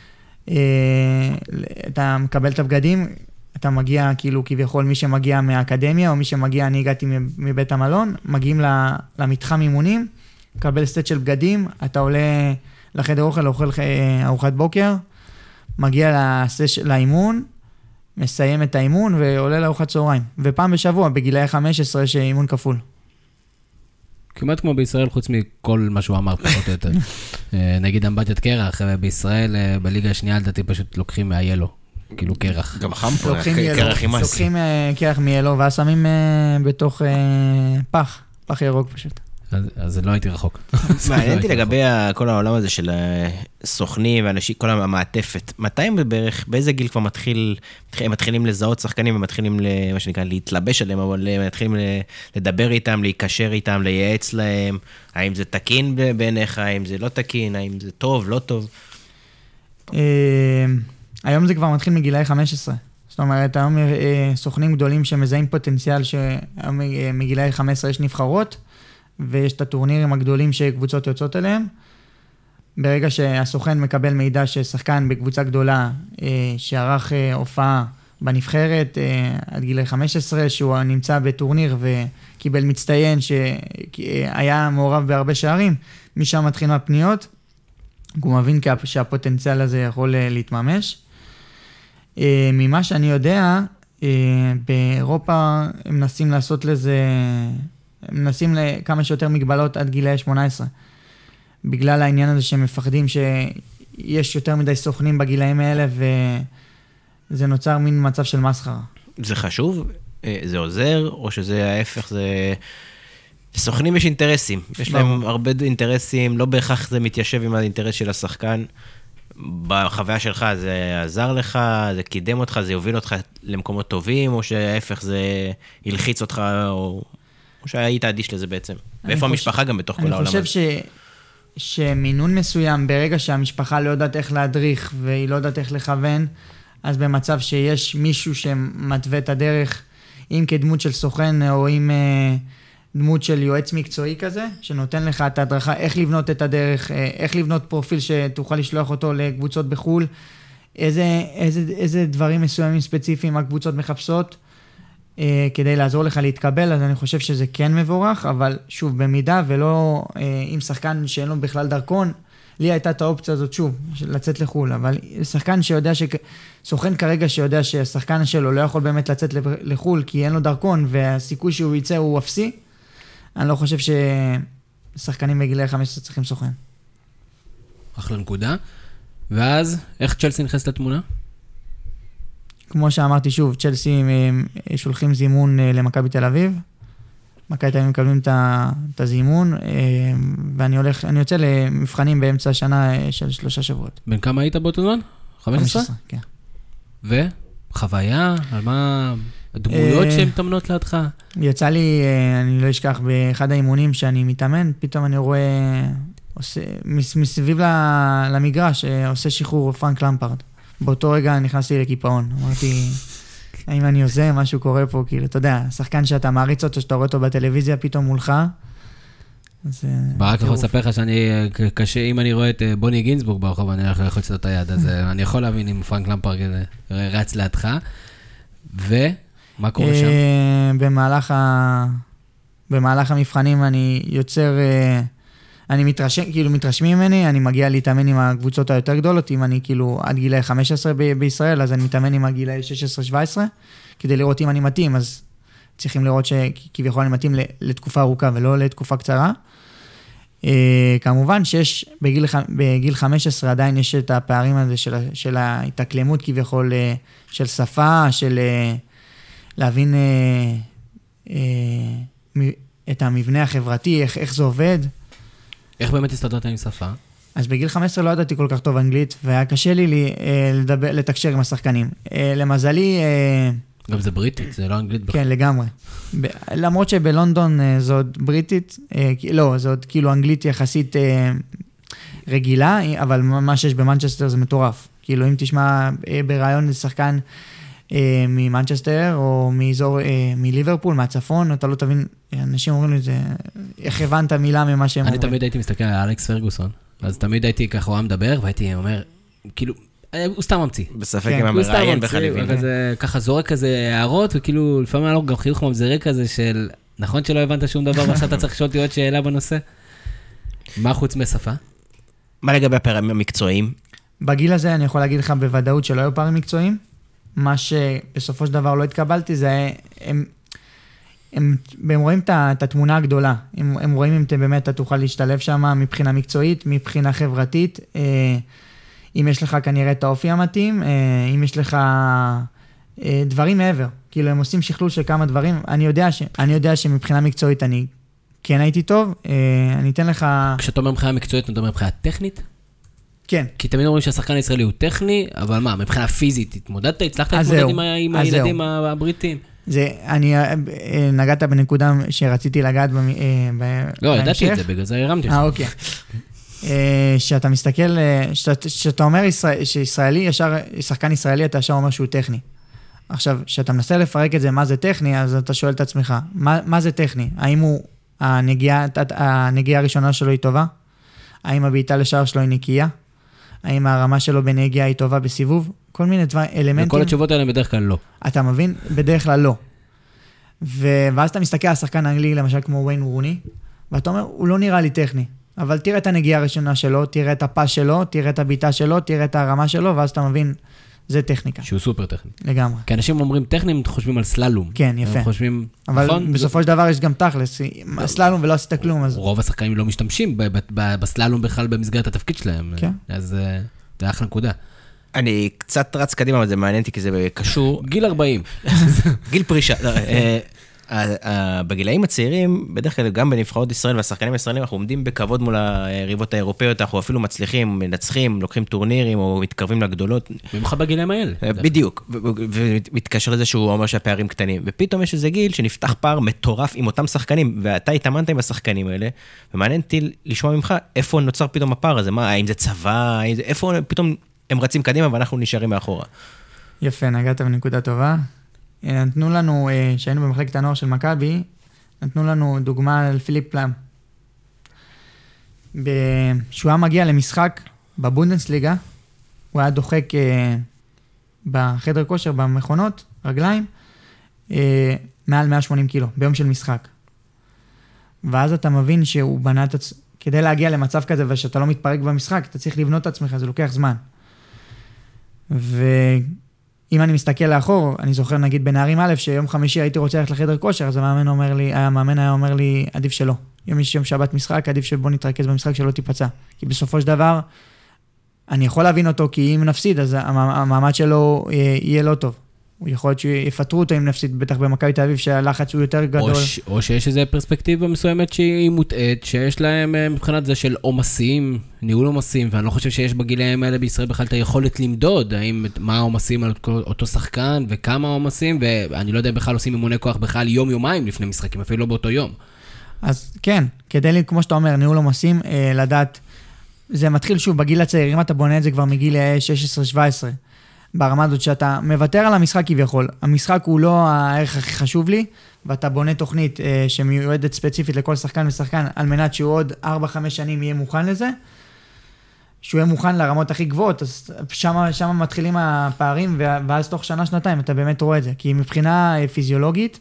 Speaker 3: אתה מקבל את הבגדים, אתה מגיע כאילו כביכול מי שמגיע מהאקדמיה, או מי שמגיע, אני הגעתי מבית המלון, מגיעים למתחם אימונים, מקבל סט של בגדים, אתה עולה לחדר אוכל, אוכל ארוחת בוקר, מגיע לאימון, מסיים את האימון ועולה לארוחת צהריים. ופעם בשבוע, בגילאי 15, יש אימון כפול.
Speaker 1: כמעט כמו בישראל, חוץ מכל מה שהוא אמר, פחות או יותר. נגיד אמבטיות קרח, בישראל, בליגה השנייה, לדעתי פשוט לוקחים מהיילו, כאילו קרח.
Speaker 4: גם חם פה, קרח עם מס.
Speaker 3: לוקחים קרח מיילו, ואז שמים בתוך פח ירוק פשוט.
Speaker 1: אז לא הייתי רחוק.
Speaker 4: מעניין אותי לגבי כל העולם הזה של סוכנים ואנשים, כל המעטפת. מתי הם בערך, באיזה גיל כבר מתחילים לזהות שחקנים ומתחילים, מה שנקרא, להתלבש עליהם, אבל מתחילים לדבר איתם, להיקשר איתם, לייעץ להם, האם זה תקין בעיניך, האם זה לא תקין, האם זה טוב, לא טוב?
Speaker 3: היום זה כבר מתחיל מגילאי 15. זאת אומרת, היום סוכנים גדולים שמזהים פוטנציאל שמגילאי 15 יש נבחרות, ויש את הטורנירים הגדולים שקבוצות יוצאות אליהם. ברגע שהסוכן מקבל מידע ששחקן בקבוצה גדולה שערך הופעה בנבחרת עד גילי 15, שהוא נמצא בטורניר וקיבל מצטיין שהיה מעורב בהרבה שערים, משם מתחילים הפניות, הוא מבין שהפוטנציאל הזה יכול להתממש. ממה שאני יודע, באירופה הם מנסים לעשות לזה, הם מנסים לכמה שיותר מגבלות עד גילי 18. בגלל העניין הזה שהם מפחדים שיש יותר מדי סוכנים בגילאים האלה, וזה נוצר מין מצב של מסחרה.
Speaker 4: זה חשוב? זה עוזר? או שזה ההפך? לסוכנים יש אינטרסים. יש להם הרבה אינטרסים, לא בהכרח זה מתיישב עם האינטרס של השחקן. בחוויה שלך זה עזר לך, זה קידם אותך, זה יוביל אותך למקומות טובים, או שההפך זה ילחיץ אותך, או שהיית אדיש לזה בעצם. ואיפה המשפחה גם בתוך כל העולם הזה?
Speaker 3: אני חושב שמינון מסוים, ברגע שהמשפחה לא יודעת איך להדריך, והיא לא יודעת איך לכוון, אז במצב שיש מישהו שמתווה את הדרך, אם כדמות של סוכן, או אם דמות של יועץ מקצועי כזה, שנותן לך את ההדרכה, איך לבנות את הדרך, איך לבנות פרופיל שתוכל לשלוח אותו לקבוצות בחול, איזה דברים מסוימים ספציפיים הקבוצות מחפשות, כדי לעזור לך להתקבל, אז אני חושב שזה כן מבורך, אבל שוב, במידה ולא עם שחקן שאין לו בכלל דרכון, לי הייתה את האופציה הזאת שוב, לצאת לחול, אבל שחקן שיודע, סוכן כרגע שיודע שהשחקן שלו לא יכול באמת לצאת לחול, כי אין לו דרכון, והסיכוי שהוא יצא הוא אפסי, אני לא חושב ששחקנים בגילי 15 צריכים סוכן.
Speaker 1: אחלה נקודה. ואז, איך צ'לסי נכנס לתמונה?
Speaker 3: כמו שאמרתי שוב, צ'לסי שולחים זימון למכבי תל אביב, מכבי תל אביב מקבלים את הזימון, ואני יוצא למבחנים באמצע השנה של 3 שבועות.
Speaker 1: בין כמה היית באותו זמן? 15?
Speaker 3: 15, כן.
Speaker 1: וחוויה? על מה הדמויות שהן מתאמנות לידך?
Speaker 3: יצא לי, אני לא אשכח, באחד האימונים שאני מתאמן, פתאום אני רואה, מסביב למגרש, עושה שחרור פרנק למפרד. באותו רגע נכנסתי לקיפאון. אמרתי, האם אני עושה, משהו קורה פה, כאילו, אתה יודע, שחקן שאתה מעריץ אותו, שאתה רואה אותו בטלוויזיה, פתאום מולך.
Speaker 1: ברק יכול לספר לך שאני, קשה, אם אני רואה את בוני גינסבורג ברחוב, אני הולך ללחוץ את היד, אז אני יכול להבין אם פרנק למפרד רץ לידך. ומה קורה שם? במהלך המבחנים אני יוצר, אני מתרשמים ממני, אני מגיע להתאמן עם הקבוצות היותר גדולות, אם אני כאילו עד גילי 15 בישראל, אז אני מתאמן עם הגילי 16-17, כדי לראות אם אני מתאים, אז צריכים לראות שכביכול אני מתאים לתקופה ארוכה ולא לתקופה קצרה. כמובן שיש בגיל 15 עדיין יש את הפערים הזה של ההתאקלמות כביכול של שפה, של להבין את המבנה החברתי, איך זה עובד. איך באמת הסתדרת עם שפה?
Speaker 3: אז בגיל 15 לא ידעתי כל כך טוב אנגלית, והיה קשה לי לתקשר עם השחקנים. למזלי...
Speaker 1: גם זה בריטית, זה לא אנגלית בכלל.
Speaker 3: כן, לגמרי. למרות שבלונדון זה עוד בריטית, לא, זה עוד כאילו אנגלית יחסית רגילה, אבל מה שיש במנצ'סטר זה מטורף. כאילו אם תשמע ברעיון לשחקן ממנצ'סטר, או מאזור, מליברפול, מהצפון, אתה לא תבין, אנשים אומרים לי, איך הבנת מילה ממה שהם אומרים.
Speaker 1: אני תמיד הייתי מסתכל על אלכס פרגוסון, אז תמיד הייתי ככה הוא מדבר, והייתי אומר, כאילו, הוא סתם ממציא.
Speaker 4: בספק עם המראיין בחליבין.
Speaker 1: ככה זורק כזה הערות, וכאילו, לפעמים היה לו גם חיוך ממזרי כזה של, נכון שלא הבנת שום דבר, ועכשיו אתה צריך לשאול אותי עוד שאלה בנושא? מה חוץ משפה?
Speaker 4: מה לגבי הפערים המקצועיים? בגיל
Speaker 3: הזה אני יכול להגיד לך בוודאות שלא היו פערים מקצועיים. מה שבסופו של דבר לא התקבלתי, זה הם רואים את התמונה הגדולה. הם רואים אם באמת אתה תוכל להשתלב שם מבחינה מקצועית, מבחינה חברתית, אם יש לך כנראה את האופי המתאים, אם יש לך דברים מעבר. כאילו הם עושים שכלול של כמה דברים. אני יודע שמבחינה מקצועית אני כן הייתי טוב. אני אתן לך...
Speaker 1: כשאתה אומר מבחינה מקצועית, אתה אומר מבחינה טכנית?
Speaker 3: כן.
Speaker 1: כי תמיד אומרים שהשחקן הישראלי הוא טכני, אבל מה, מבחינה פיזית, התמודדת, הצלחת להתמודד עם הילדים הבריטים?
Speaker 3: אני נגעת בנקודה שרציתי לגעת
Speaker 1: לא, ידעתי את זה, בגלל זה הרמתי לך.
Speaker 3: אוקיי. שאתה מסתכל, שאתה אומר שישראלי, שחקן ישראלי, אתה ישר אומר שהוא טכני. עכשיו, כשאתה מנסה לפרק את זה, מה זה טכני, אז אתה שואל את עצמך, מה זה טכני? האם הנגיעה הראשונה שלו היא טובה? האם הבעיטה לשער שלו היא נקייה? האם הרמה שלו בנגיעה היא טובה בסיבוב? כל מיני אלמנטים.
Speaker 1: וכל התשובות האלה בדרך כלל לא.
Speaker 3: אתה מבין? בדרך כלל לא. ואז אתה מסתכל על שחקן אנגלי, למשל כמו וויין רוני, ואתה אומר, הוא לא נראה לי טכני. אבל תראה את הנגיעה הראשונה שלו, תראה את הפס שלו, תראה את הבעיטה שלו, תראה את הרמה שלו, ואז אתה מבין, זה טכניקה.
Speaker 1: שהוא סופר טכני.
Speaker 3: לגמרי.
Speaker 1: כי אנשים אומרים טכניים, חושבים על סללום.
Speaker 3: כן, יפה.
Speaker 1: הם חושבים,
Speaker 3: אבל
Speaker 1: נכון?
Speaker 3: בסופו של דבר יש גם תכלס, סללום ולא עשית כלום.
Speaker 1: רוב השחקנים לא משתמשים בסללום בכלל במסגרת התפקיד שלהם.
Speaker 3: כן.
Speaker 1: אז זה אחלה נקודה.
Speaker 4: אני קצת רץ קדימה, אבל זה מעניין אותי, כי זה קשור.
Speaker 1: גיל 40.
Speaker 4: גיל פרישה. בגילאים הצעירים, בדרך כלל גם בנבחרות ישראל והשחקנים הישראלים, אנחנו עומדים בכבוד מול הריבות האירופאיות, אנחנו אפילו מצליחים, מנצחים, לוקחים טורנירים או מתקרבים לגדולות.
Speaker 1: במיוחד בגילאים האלה.
Speaker 4: בדיוק, ומתקשר לזה שהוא אומר שהפערים קטנים, ופתאום יש איזה גיל שנפתח פער מטורף עם אותם שחקנים, ואתה התאמנת עם השחקנים האלה, ומעניין אותי לשמוע ממך איפה נוצר פתאום הפער הזה, האם זה צבא, איפה פתאום הם רצים קדימה ואנחנו נשארים מאחורה.
Speaker 3: יפה, נגעת בנקודה טובה. נתנו לנו, שהיינו במחלקת הנוער של מכבי, נתנו לנו דוגמה על פיליפ פלאם. כשהוא היה מגיע למשחק בבונדסליגה, הוא היה דוחק בחדר כושר, במכונות, רגליים, מעל 180 קילו, ביום של משחק. ואז אתה מבין שהוא בנה את עצמו, כדי להגיע למצב כזה ושאתה לא מתפרק במשחק, אתה צריך לבנות את עצמך, זה לוקח זמן. אם אני מסתכל לאחור, אני זוכר נגיד בנערים א', שיום חמישי הייתי רוצה ללכת לחדר כושר, אז המאמן היה אומר לי, עדיף שלא. יום שבת משחק, עדיף שבוא נתרכז במשחק שלא תיפצע. כי בסופו של דבר, אני יכול להבין אותו, כי אם נפסיד, אז המעמד שלו יהיה לא טוב. הוא יכול להיות שיפטרו אותו אם נפסיד, בטח במכבי תל אביב, שהלחץ הוא יותר גדול.
Speaker 1: או שיש איזו פרספקטיבה מסוימת שהיא מוטעת, שיש להם מבחינת זה של עומסים, ניהול עומסים, ואני לא חושב שיש בגילאים האלה בישראל בכלל את היכולת למדוד, מה העומסים על אותו שחקן, וכמה העומסים, ואני לא יודע אם בכלל עושים אימוני כוח בכלל יום-יומיים לפני משחקים, אפילו לא באותו יום.
Speaker 3: אז כן, כדי, כמו שאתה אומר, ניהול עומסים, לדעת, זה מתחיל שוב בגיל הצעיר, אם אתה בונה את זה כבר מגיל 16-17, ברמה הזאת שאתה מוותר על המשחק כביכול, המשחק הוא לא הערך הכי חשוב לי, ואתה בונה תוכנית שמיועדת ספציפית לכל שחקן ושחקן, על מנת שהוא עוד 4-5 שנים יהיה מוכן לזה, שהוא יהיה מוכן לרמות הכי גבוהות, אז שם מתחילים הפערים, ואז תוך שנה-שנתיים אתה באמת רואה את זה, כי מבחינה פיזיולוגית,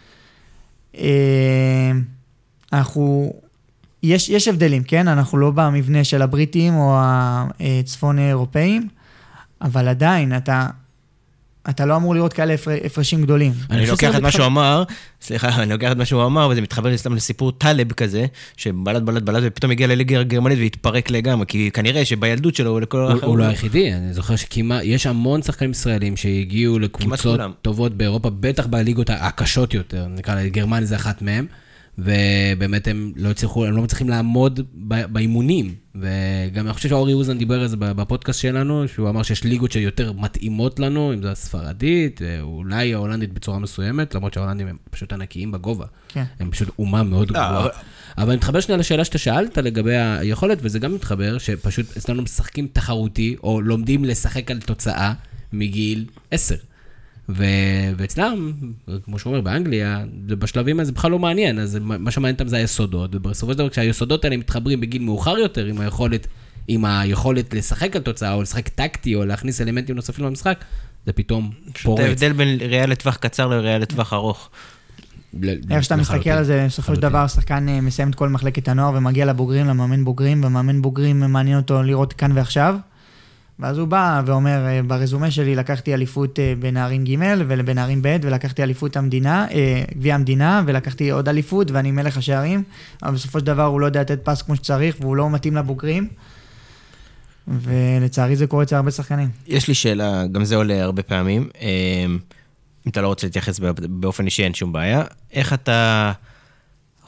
Speaker 3: יש הבדלים, כן? אנחנו לא במבנה של הבריטים או הצפון האירופאים, אבל עדיין, אתה לא אמור לראות כאלה הפרשים גדולים.
Speaker 4: אני לוקח את מה שהוא אמר, וזה מתחבר לסיפור טלב כזה, שבלד, ופתאום הגיע לליגה הגרמנית והתפרק לגמרי, כי כנראה שבילדות שלו,
Speaker 1: הוא לא היחידי, אני זוכר שיש המון שחקנים ישראלים שהגיעו לקבוצות טובות באירופה, בטח בליגות הקשות יותר, נקרא גרמניה זה אחת מהם, ובאמת הם לא מצליחים לעמוד באימונים, וגם אני חושב שאורי אוזן דיבר על זה בפודקאסט שלנו, שהוא אמר שיש ליגות שיותר מתאימות לנו, אם זה הספרדית, אולי ההולנדית בצורה מסוימת, למרות שההולנדים הם פשוט ענקיים בגובה, הם פשוט אומה מאוד גבוהה. אבל אני מתחבר שנייה לשאלה שאתה שאלת לגבי היכולת, וזה גם מתחבר שפשוט אצלנו משחקים תחרותי, או לומדים לשחק על תוצאה מגיל 10. ואצלם, כמו שאומר, באנגליה, בשלבים הזה בכלל לא מעניין, אז מה שמעניין אותם זה היסודות, ובסופו של דבר, כשהיסודות האלה מתחברים בגיל מאוחר יותר, עם היכולת לשחק על תוצאה, או לשחק טקטי, או להכניס אלמנטים נוספים למשחק, זה פתאום פורץ.
Speaker 4: זה ההבדל בין ראייה לטווח קצר לראייה לטווח ארוך.
Speaker 3: איך שאתה מסתכל על זה, בסופו של דבר, שחקן מסיים את כל מחלקת הנוער, ומגיע לבוגרים, למאמן בוגרים, ומאמן בוגרים מעניין אותו לראות כאן ועכשיו, ואז הוא בא ואומר, ברזומה שלי לקחתי אליפות בנערים ג' ובנערים ב', ולקחתי אליפות המדינה, גביע המדינה, ולקחתי עוד אליפות, ואני מלך השערים, אבל בסופו של דבר הוא לא יודע לתת פס כמו שצריך, והוא לא מתאים לבוגרים, ולצערי זה קורה אצל הרבה שחקנים.
Speaker 4: יש לי שאלה, גם זה עולה הרבה פעמים, אם אתה לא רוצה להתייחס באופן אישי, אין שום בעיה, איך אתה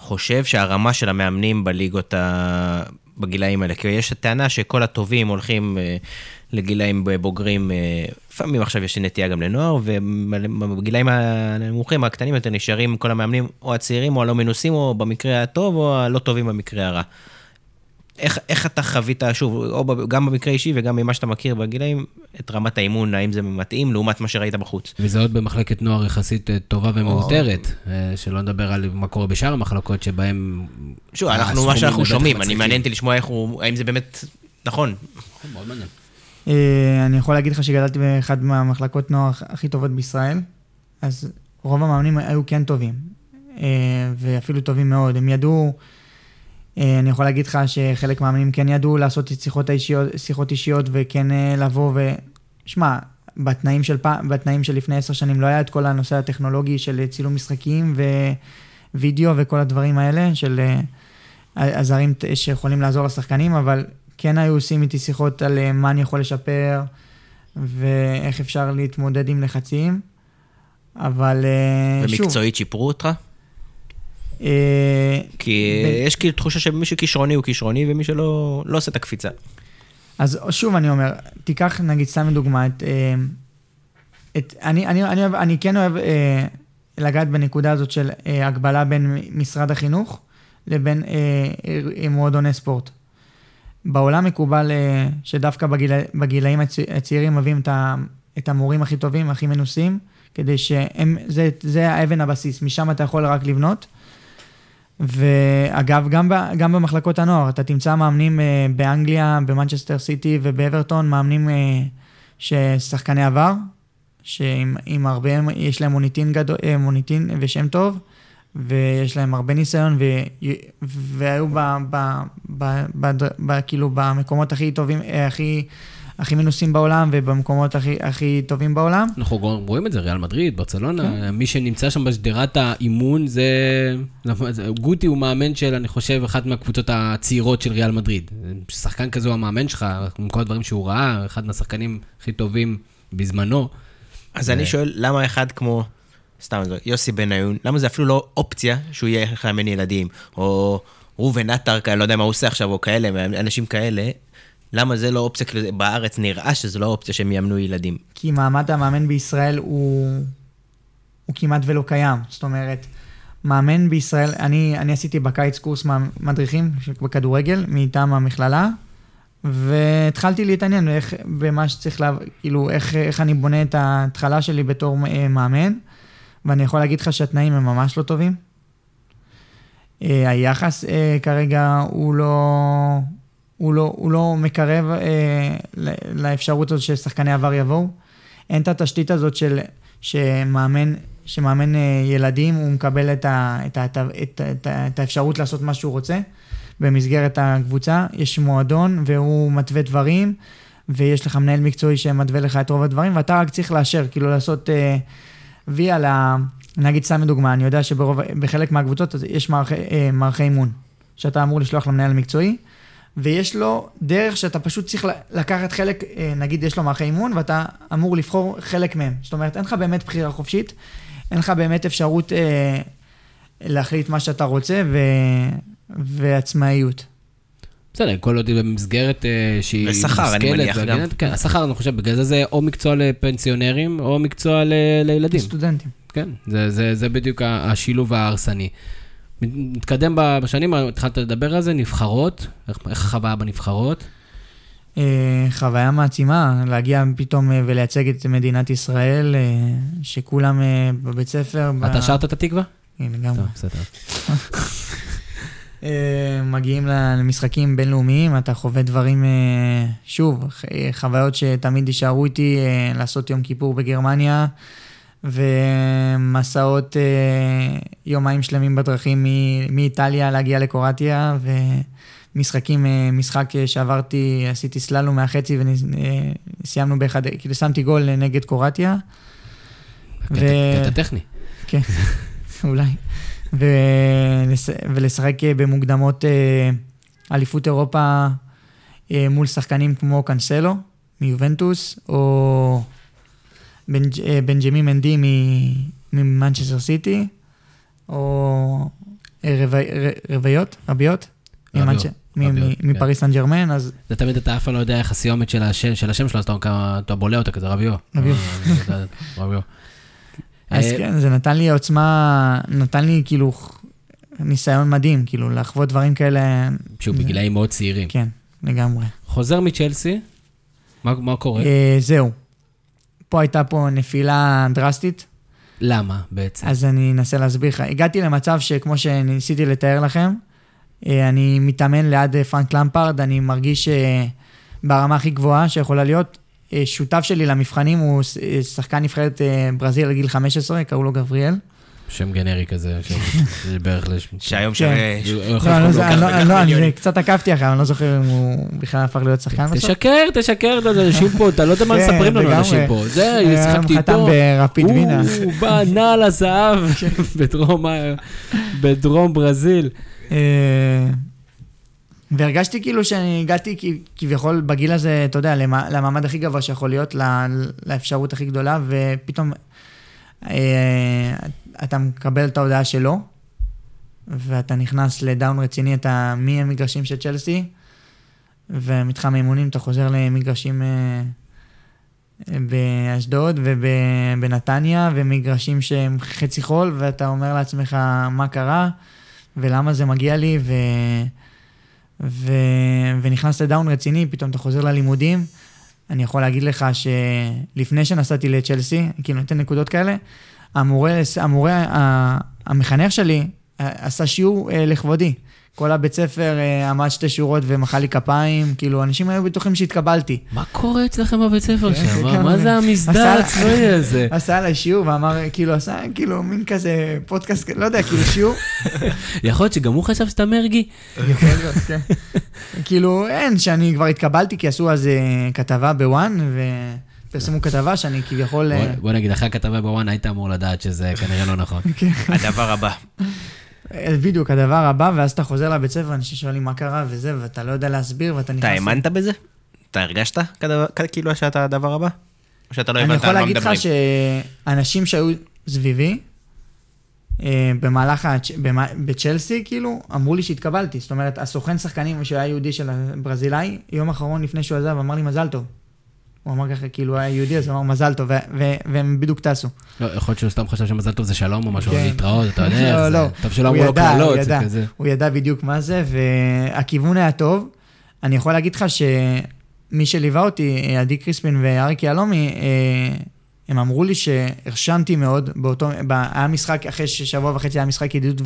Speaker 4: חושב שהרמה של המאמנים בליגות בגילאים האלה, כי יש הטענה שכל הטובים הולכים לגילאים בוגרים, לפעמים עכשיו יש נטייה גם לנוער, ובגילאים הנמוכים, הקטנים יותר, נשארים כל המאמנים או הצעירים או הלא מנוסים, או במקרה הטוב או הלא טובים במקרה הרע. איך אתה חווית, שוב, או גם במקרה אישי וגם ממה שאתה מכיר בגילאים, את רמת האימון, האם זה מתאים לעומת מה שראית בחוץ?
Speaker 1: וזה עוד במחלקת נוער יחסית טובה ומאותרת, שלא נדבר על מה קורה בשאר המחלקות שבהם...
Speaker 4: שוב, מה שאנחנו שומעים, אני מעניין אותי לשמוע האם זה באמת נכון.
Speaker 1: מאוד מעניין.
Speaker 3: אני יכול להגיד לך שגדלתי באחד מהמחלקות נוער הכי טובות בישראל, אז רוב המאמנים היו כן טובים, ואפילו טובים מאוד. הם ידעו, אני יכול להגיד לך שחלק מהמאמנים כן ידעו לעשות את שיחות אישיות, וכן לבוא שמע, בתנאים של לפני 10 שנים לא היה את כל הנושא הטכנולוגי של צילום משחקים ווידאו וכל הדברים האלה, של עזרים שיכולים לעזור לשחקנים, אבל כן היו עושים איתי שיחות על מה אני יכול לשפר, ואיך אפשר להתמודד עם לחצים, אבל שוב...
Speaker 4: ומקצועית שיפרו אותך? כי יש כאילו תחושה שמי שכישרוני הוא כישרוני, ומי שלא עושה את הקפיצה.
Speaker 3: אז שוב אני אומר, תיקח נגיד סתם דוגמה, אני כן אוהב לגעת בנקודה הזאת של הגבלה בין משרד החינוך, לבין מועדוני ספורט. בעולם מקובל שדווקא בגילאים הצעירים מביאים את המורים הכי טובים, הכי מנוסים, כדי זה האבן הבסיס, משם אתה יכול רק לבנות. ואגב, גם במחלקות הנוער, אתה תמצא מאמנים באנגליה, במנצ'סטר סיטי ובאברטון, מאמנים ששחקני עבר, שעם הרבה, יש להם מוניטין ושם טוב, ויש להם הרבה ניסיון, והיו כאילו במקומות הכי טובים, הכי מנוסים בעולם, ובמקומות הכי טובים בעולם.
Speaker 1: אנחנו רואים את זה, ריאל מדריד, ברצלונה, מי שנמצא שם בשדרת האימון, גוטי הוא מאמן של, אני חושב, אחת מהקבוצות הצעירות של ריאל מדריד. שחקן כזה הוא המאמן שלך, עם כל הדברים שהוא ראה, אחד מהשחקנים הכי טובים בזמנו.
Speaker 4: אז אני שואל, למה אחד כמו... סתם, יוסי בניון, למה זה אפילו לא אופציה שהוא יהיה מאמן ילדים, או ראובן עטר, אני לא יודע מה הוא עושה עכשיו, או כאלה, אנשים כאלה, למה זה לא אופציה, בארץ נראה שזה לא אופציה שהם יאמנו ילדים?
Speaker 3: כי מעמד המאמן בישראל הוא כמעט ולא קיים, זאת אומרת, מאמן בישראל, אני עשיתי בקיץ קורס מדריכים בכדורגל, מטעם המכללה, והתחלתי להתעניין במה שצריך, כאילו, איך אני בונה את ההתחלה שלי בתור מאמן, ואני יכול להגיד לך שהתנאים הם ממש לא טובים. היחס כרגע הוא לא מקרב לאפשרות הזאת ששחקני עבר יבואו. אין את התשתית הזאת שמאמן ילדים, הוא מקבל את האפשרות לעשות מה שהוא רוצה במסגרת הקבוצה. יש מועדון והוא מתווה דברים, ויש לך מנהל מקצועי שמתווה לך את רוב הדברים, ואתה רק צריך לאשר, כאילו לעשות וי על נגיד סתם דוגמה, אני יודע שבחלק מהקבוצות יש מערכי אימון, שאתה אמור לשלוח למנהל המקצועי, ויש לו דרך שאתה פשוט צריך לקחת חלק, נגיד יש לו מערכי אימון, ואתה אמור לבחור חלק מהם. זאת אומרת, אין לך באמת בחירה חופשית, אין לך באמת אפשרות להחליט מה שאתה רוצה, ועצמאיות.
Speaker 1: בסדר, כל עוד במסגרת שהיא...
Speaker 4: ושכר, אני מניח גם.
Speaker 1: כן, השכר, אני חושב, בגלל זה או מקצוע לפנסיונרים, או מקצוע לילדים.
Speaker 3: סטודנטים.
Speaker 1: כן, זה בדיוק השילוב ההרסני. נתקדם בשנים, התחלת לדבר על זה, נבחרות, איך החוויה בנבחרות?
Speaker 3: חוויה מעצימה, להגיע פתאום ולייצג את מדינת ישראל, שכולם בבית ספר...
Speaker 1: אתה שרת את התקווה?
Speaker 3: כן, לגמרי. מגיעים למשחקים בינלאומיים, אתה חווה דברים, שוב, חוויות שתמיד יישארו איתי, לעשות יום כיפור בגרמניה, ומסעות יומיים שלמים בדרכים מאיטליה להגיע לקרואטיה, ומשחקים, משחק שעברתי, עשיתי סללום מהחצי, וסיימנו באחד, כאילו שמתי גול נגד קרואטיה.
Speaker 1: קטע טכני.
Speaker 3: כן, אולי. ולשחק במוקדמות אליפות אירופה מול שחקנים כמו קנסלו מיובנטוס, או בנג'מין מנדי ממנצ'סטר סיטי, או רביות? מפריס סן ג'רמן, אז...
Speaker 1: זה תמיד אתה אף פעם לא יודע איך הסיומת של השם שלו, אז אתה בולע אותה כזה, רביו. רביו.
Speaker 3: אז כן, זה נתן לי עוצמה, נתן לי כאילו ניסיון מדהים, כאילו לחוות דברים כאלה...
Speaker 1: שהוא בגילאים מאוד צעירים.
Speaker 3: כן, לגמרי.
Speaker 1: חוזר מצ'לסי, מה קורה?
Speaker 3: זהו. פה הייתה נפילה דרסטית.
Speaker 1: למה בעצם?
Speaker 3: אז אני אנסה להסביר לך. הגעתי למצב שכמו שניסיתי לתאר לכם, אני מתאמן ליד פרנק למפרד, אני מרגיש ברמה הכי גבוהה שיכולה להיות. שותף שלי למבחנים הוא שחקן נבחרת ברזיל לגיל 15, קראו לו גבריאל.
Speaker 1: שם גנרי כזה, בערך
Speaker 4: שהיום שווה...
Speaker 3: לא, אני קצת עקבתי אחרי, אני לא זוכר אם הוא בכלל הפך להיות שחקן בסוף.
Speaker 1: תשקר, אנשים פה, אתה לא יודע מה מספרים לנו אנשים פה. זה, שחקתי איתו.
Speaker 3: חתם ברפיד וינה.
Speaker 1: הוא בא נעל הזהב בדרום ברזיל.
Speaker 3: והרגשתי כאילו שאני הגעתי כביכול בגיל הזה, אתה יודע, למעמד הכי גבוה שיכול להיות, לאפשרות הכי גדולה, ופתאום אתה מקבל את ההודעה שלו, ואתה נכנס לדאון רציני, אתה מהמגרשים של צ'לסי, ומתחם האימונים אתה חוזר למגרשים באשדוד ובנתניה, ומגרשים שהם חצי חול, ואתה אומר לעצמך מה קרה, ולמה זה מגיע לי, ונכנס לדאון רציני, פתאום אתה חוזר ללימודים. אני יכול להגיד לך שלפני שנסעתי לצ'לסי, כאילו נותן נקודות כאלה, המחנך שלי עשה שיעור לכבודי. כל הבית ספר עמד 2 שורות ומחא לי כפיים, כאילו אנשים היו בטוחים שהתקבלתי.
Speaker 1: מה קורה אצלכם בבית ספר שם? מה זה המסדר הצבאי הזה?
Speaker 3: עשה עליי שיעור ואמר, כאילו עשה כאילו מין כזה פודקאסט, לא יודע, כאילו שיעור.
Speaker 1: יכול להיות שגם הוא חשב שאתה מרגי?
Speaker 3: כאילו אין, שאני כבר התקבלתי, כי עשו אז כתבה בוואן, פרסמו כתבה שאני כביכול...
Speaker 1: בוא נגיד, אחרי הכתבה בוואן היית אמור לדעת שזה כנראה לא נכון.
Speaker 4: הדבר הבא.
Speaker 3: בדיוק, הדבר הבא, ואז אתה חוזר לבית ספר, אנשים שואלים מה קרה וזה, ואתה לא יודע להסביר, ואתה נכנס...
Speaker 4: אתה האמנת בזה? אתה הרגשת כאילו שאתה הדבר הבא? או שאתה לא הבנת על מה מדברים?
Speaker 3: אני יכול להגיד לך שאנשים שהיו סביבי, במהלך, בצ'לסי, כאילו, אמרו לי שהתקבלתי. זאת אומרת, הסוכן שחקנים שהיה יהודי של הברזילאי, יום אחרון לפני שהוא עזב, אמר לי מזל טוב. הוא אמר ככה, כאילו, היה יהודי, אז הוא אמר מזל טוב, והם בדיוק טסו.
Speaker 1: לא, יכול להיות שהוא סתם חשב שמזל טוב זה שלום או משהו, להתראות, אתה יודע, טוב שלא אמרו לו קללות, זה כזה.
Speaker 3: הוא ידע בדיוק מה זה, והכיוון היה טוב. אני יכול להגיד לך שמי שליווה אותי, עדי קריספין ואריק יעלומי, הם אמרו לי שהרשמתי מאוד, היה משחק, אחרי שבוע וחצי היה משחק ידידות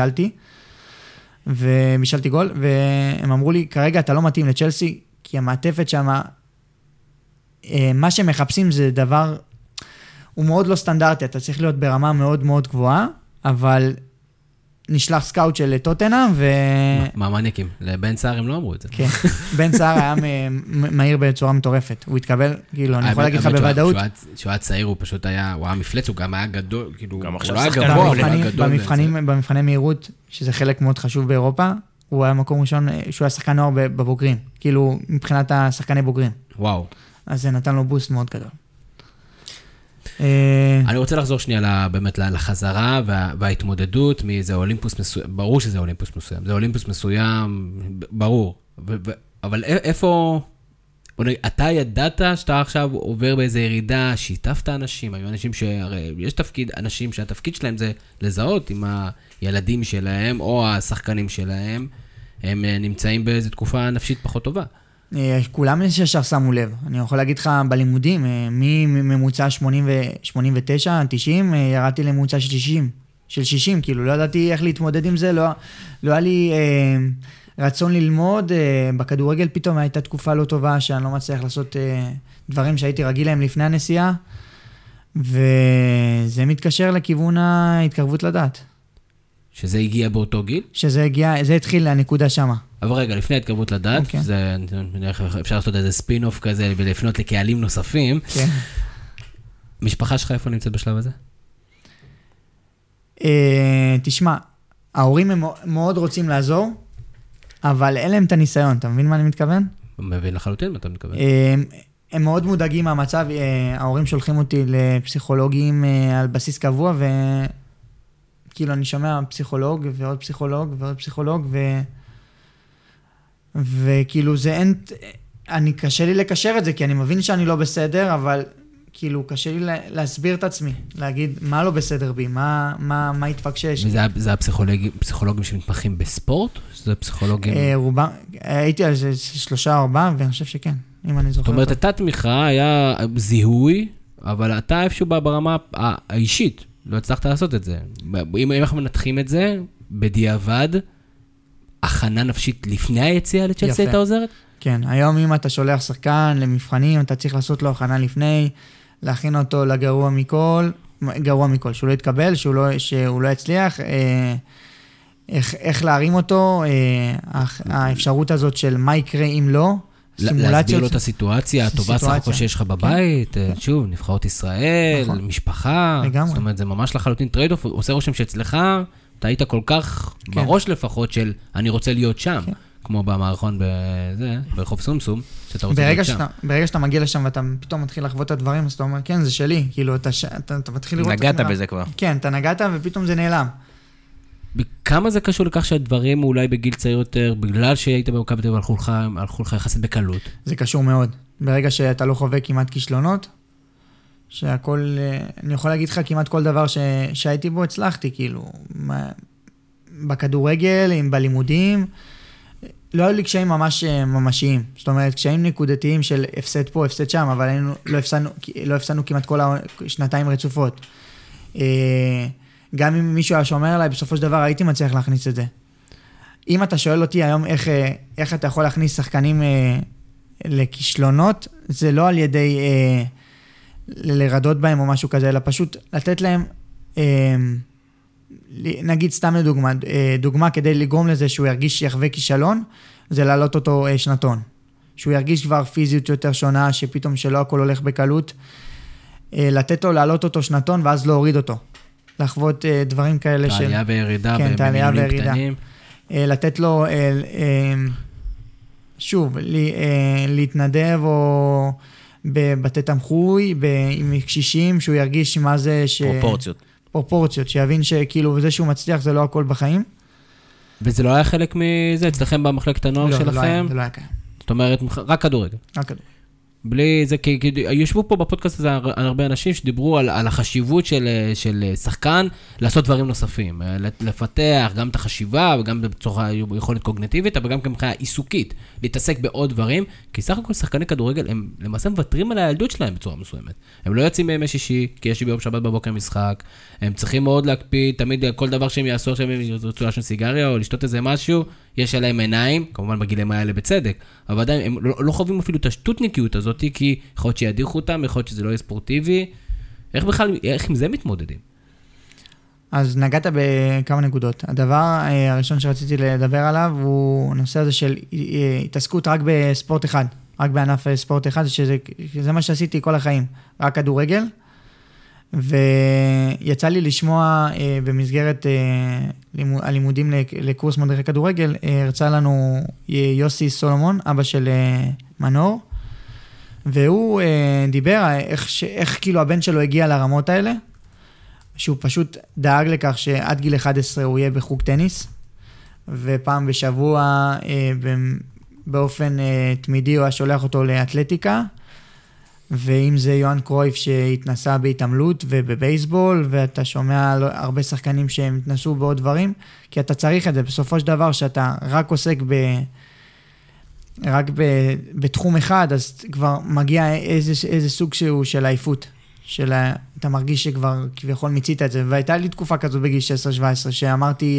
Speaker 3: ובישלתי גול, והם אמרו לי, כרגע אתה לא מתאים לצ'לסי, כי המעטפת שם, מה שמחפשים זה דבר, הוא מאוד לא סטנדרטי, אתה צריך להיות ברמה מאוד מאוד גבוהה, אבל נשלח סקאוט של טוטנהאם
Speaker 1: מה מעניקים? לבן סער הם לא אמרו את זה.
Speaker 3: כן, בן סער היה מהיר בצורה מטורפת, הוא התקבל, כאילו, אני יכול להגיד לך בוודאות.
Speaker 1: שהוא היה צעיר, הוא פשוט היה, הוא היה מפלץ, הוא גם היה גדול, כאילו,
Speaker 4: גם
Speaker 1: הוא
Speaker 4: עכשיו
Speaker 1: לא היה
Speaker 4: שחקן
Speaker 1: גבוה,
Speaker 3: במבחני מהירות, שזה חלק מאוד חשוב באירופה, הוא היה מקום ראשון, שהוא היה שחקן נוער בבוגרים, כאילו, מבחינת השחקני בוגרים.
Speaker 1: וואו.
Speaker 3: אז זה נתן לו בוסט מאוד גדול.
Speaker 1: אני רוצה לחזור שנייה באמת לחזרה וההתמודדות מאיזה אולימפוס מסוים, ברור שזה אולימפוס מסוים, זה אולימפוס מסוים, ברור, אבל איפה, אתה ידעת שאתה עכשיו עובר באיזה ירידה, שיתפת אנשים, היו אנשים שהרי יש תפקיד, אנשים שהתפקיד שלהם זה לזהות עם הילדים שלהם או השחקנים שלהם, הם נמצאים באיזו תקופה נפשית פחות טובה.
Speaker 3: כולם ישר שמו לב. אני יכול להגיד לך בלימודים, מממוצע 89, 90, ירדתי לממוצע של 60, כאילו לא ידעתי איך להתמודד עם זה, לא היה לי רצון ללמוד, בכדורגל פתאום הייתה תקופה לא טובה, שאני לא מצליח לעשות דברים שהייתי רגיל להם לפני הנסיעה, וזה מתקשר לכיוון ההתקרבות לדעת.
Speaker 1: שזה הגיע באותו גיל?
Speaker 3: זה התחיל לנקודה שמה.
Speaker 1: אבל רגע, לפני ההתקרבות לדעת, זה, אפשר לעשות איזה ספין-אוף כזה, ולפנות לקהלים נוספים. כן. משפחה שלך איפה נמצאת בשלב הזה?
Speaker 3: תשמע, ההורים הם מאוד רוצים לעזור, אבל אין להם את הניסיון, אתה מבין מה אני מתכוון?
Speaker 1: מבין לחלוטין מה אתה מתכוון.
Speaker 3: הם מאוד מודאגים מהמצב, ההורים שולחים אותי לפסיכולוגים על בסיס קבוע, כאילו אני שומע פסיכולוג ועוד פסיכולוג ועוד פסיכולוג, וכאילו זה אין, קשה לי לקשר את זה, כי אני מבין שאני לא בסדר, אבל כאילו קשה לי להסביר את עצמי, להגיד מה לא בסדר בי, מה התפקשש.
Speaker 1: וזה הפסיכולוגים שמתמחים בספורט? זה פסיכולוגים?
Speaker 3: רובם, הייתי על זה 3-4, ואני חושב שכן, אם אני זוכר.
Speaker 1: זאת אומרת, הייתה תמיכה, היה זיהוי, אבל אתה איפשהו ברמה האישית, לא הצלחת לעשות את זה. אם אנחנו מנתחים את זה, בדיעבד, הכנה נפשית לפני היציאה לצ'לסי הייתה עוזרת?
Speaker 3: כן, היום אם אתה שולח שחקן למבחנים, אתה צריך לעשות לו הכנה לפני, להכין אותו לגרוע מכל, שהוא לא יתקבל, שהוא לא יצליח, איך להרים אותו, האפשרות הזאת של מה יקרה אם לא,
Speaker 1: להסביר לו את הסיטואציה, הטובה סך הכל שיש לך בבית, שוב, נבחרות ישראל, משפחה, זאת אומרת, זה ממש לחלוטין טרייד-אוף, עושה רושם שאצלך, אתה היית כל כך בראש לפחות של אני רוצה להיות שם, כמו במערכון ברחוב סומסום, שאתה רוצה להיות שם.
Speaker 3: ברגע שאתה מגיע לשם ואתה פתאום מתחיל לחוות את הדברים, אז אתה אומר, כן, זה שלי, כאילו, אתה מתחיל לראות...
Speaker 4: נגעת בזה כבר.
Speaker 3: כן, אתה נגעת ופתאום זה נעלם.
Speaker 1: כמה זה קשור לכך שהדברים אולי בגיל צעיר יותר, בגלל שהיית במכבי תל אביב הלכו לך יחסית בקלות?
Speaker 3: זה קשור מאוד. ברגע שאתה לא חווה כמעט כישלונות, שהכל, אני יכול להגיד לך כמעט כל דבר שהייתי בו, הצלחתי, כאילו, בכדורגל, בלימודים, לא היו לי קשיים ממש ממשיים. זאת אומרת, קשיים נקודתיים של הפסד פה, הפסד שם, אבל לא הפסדנו כמעט כל שנתיים רצופות. גם אם מישהו היה שומר עליי, בסופו של דבר הייתי מצליח להכניס את זה. אם אתה שואל אותי היום איך אתה יכול להכניס שחקנים לכישלונות, זה לא על ידי לרדות בהם או משהו כזה, אלא פשוט לתת להם, נגיד סתם דוגמה כדי לגרום לזה שהוא ירגיש שיחווה כישלון, זה להעלות אותו שנתון. שהוא ירגיש כבר פיזיות יותר שונה, שפתאום שלא הכל הולך בקלות, לתת לו להעלות אותו שנתון ואז להוריד אותו. לחוות דברים כאלה של...
Speaker 1: תעלייה וירידה,
Speaker 3: כן, תעלייה וירידה.
Speaker 1: קטנים.
Speaker 3: לתת לו, שוב, להתנדב או בבתי תמחוי, עם קשישים, שהוא ירגיש מה זה פרופורציות, שיבין שכאילו זה שהוא מצליח זה לא הכל בחיים.
Speaker 1: וזה לא היה חלק מזה, אצלכם במחלקת הנוער שלכם?
Speaker 3: זה לא היה קיים.
Speaker 1: זאת אומרת, רק כדורגל.
Speaker 3: רק כדורגל.
Speaker 1: בלי זה, כי יושבו פה בפודקאסט הזה הרבה אנשים שדיברו על החשיבות של שחקן לעשות דברים נוספים, לפתח גם את החשיבה וגם בצורה יכולת קוגניטיבית, אבל גם כמחיה עיסוקית, להתעסק בעוד דברים, כי סך הכל שחקני כדורגל הם למעשה מוותרים על הילדות שלהם בצורה מסוימת. הם לא יוצאים בימי שישי, כי יש ביום שבת בבוקר משחק, הם צריכים מאוד להקפיד, תמיד כל דבר שהם יעשו, שהם ירצו לעשן סיגריה או לשתות איזה משהו, יש עליהם עיניים, כמובן בגילים האלה בצדק, אבל עדיין הם לא חווים אפילו את השטותניקיות הזאת, כי יכול להיות שידיחו אותם, יכול להיות שזה לא יהיה ספורטיבי. איך עם זה מתמודדים?
Speaker 3: אז נגעת בכמה נקודות. הדבר הראשון שרציתי לדבר עליו, הוא נושא הזה של התעסקות רק בספורט אחד, רק בענף ספורט אחד, שזה מה שעשיתי כל החיים, רק כדורגל, ויצא לי לשמוע במסגרת הלימודים לקורס מדריכי כדורגל, הרצה לנו יוסי סולומון, אבא של מנור, והוא דיבר איך כאילו הבן שלו הגיע לרמות האלה, שהוא פשוט דאג לכך שעד גיל 11 הוא יהיה בחוג טניס, ופעם בשבוע באופן תמידי הוא היה שולח אותו לאתלטיקה, ואם זה יוהאן קרויף שהתנסה בהתעמלות ובבייסבול, ואתה שומע הרבה שחקנים שהם התנסו בעוד דברים, כי אתה צריך את זה בסופו של דבר שאתה רק עוסק רק בתחום אחד, אז כבר מגיע איזה סוג שהוא של העיפות, אתה מרגיש שכבר כביכול מיצית את זה, והייתה לי תקופה כזאת בגיל 16-17, שאמרתי,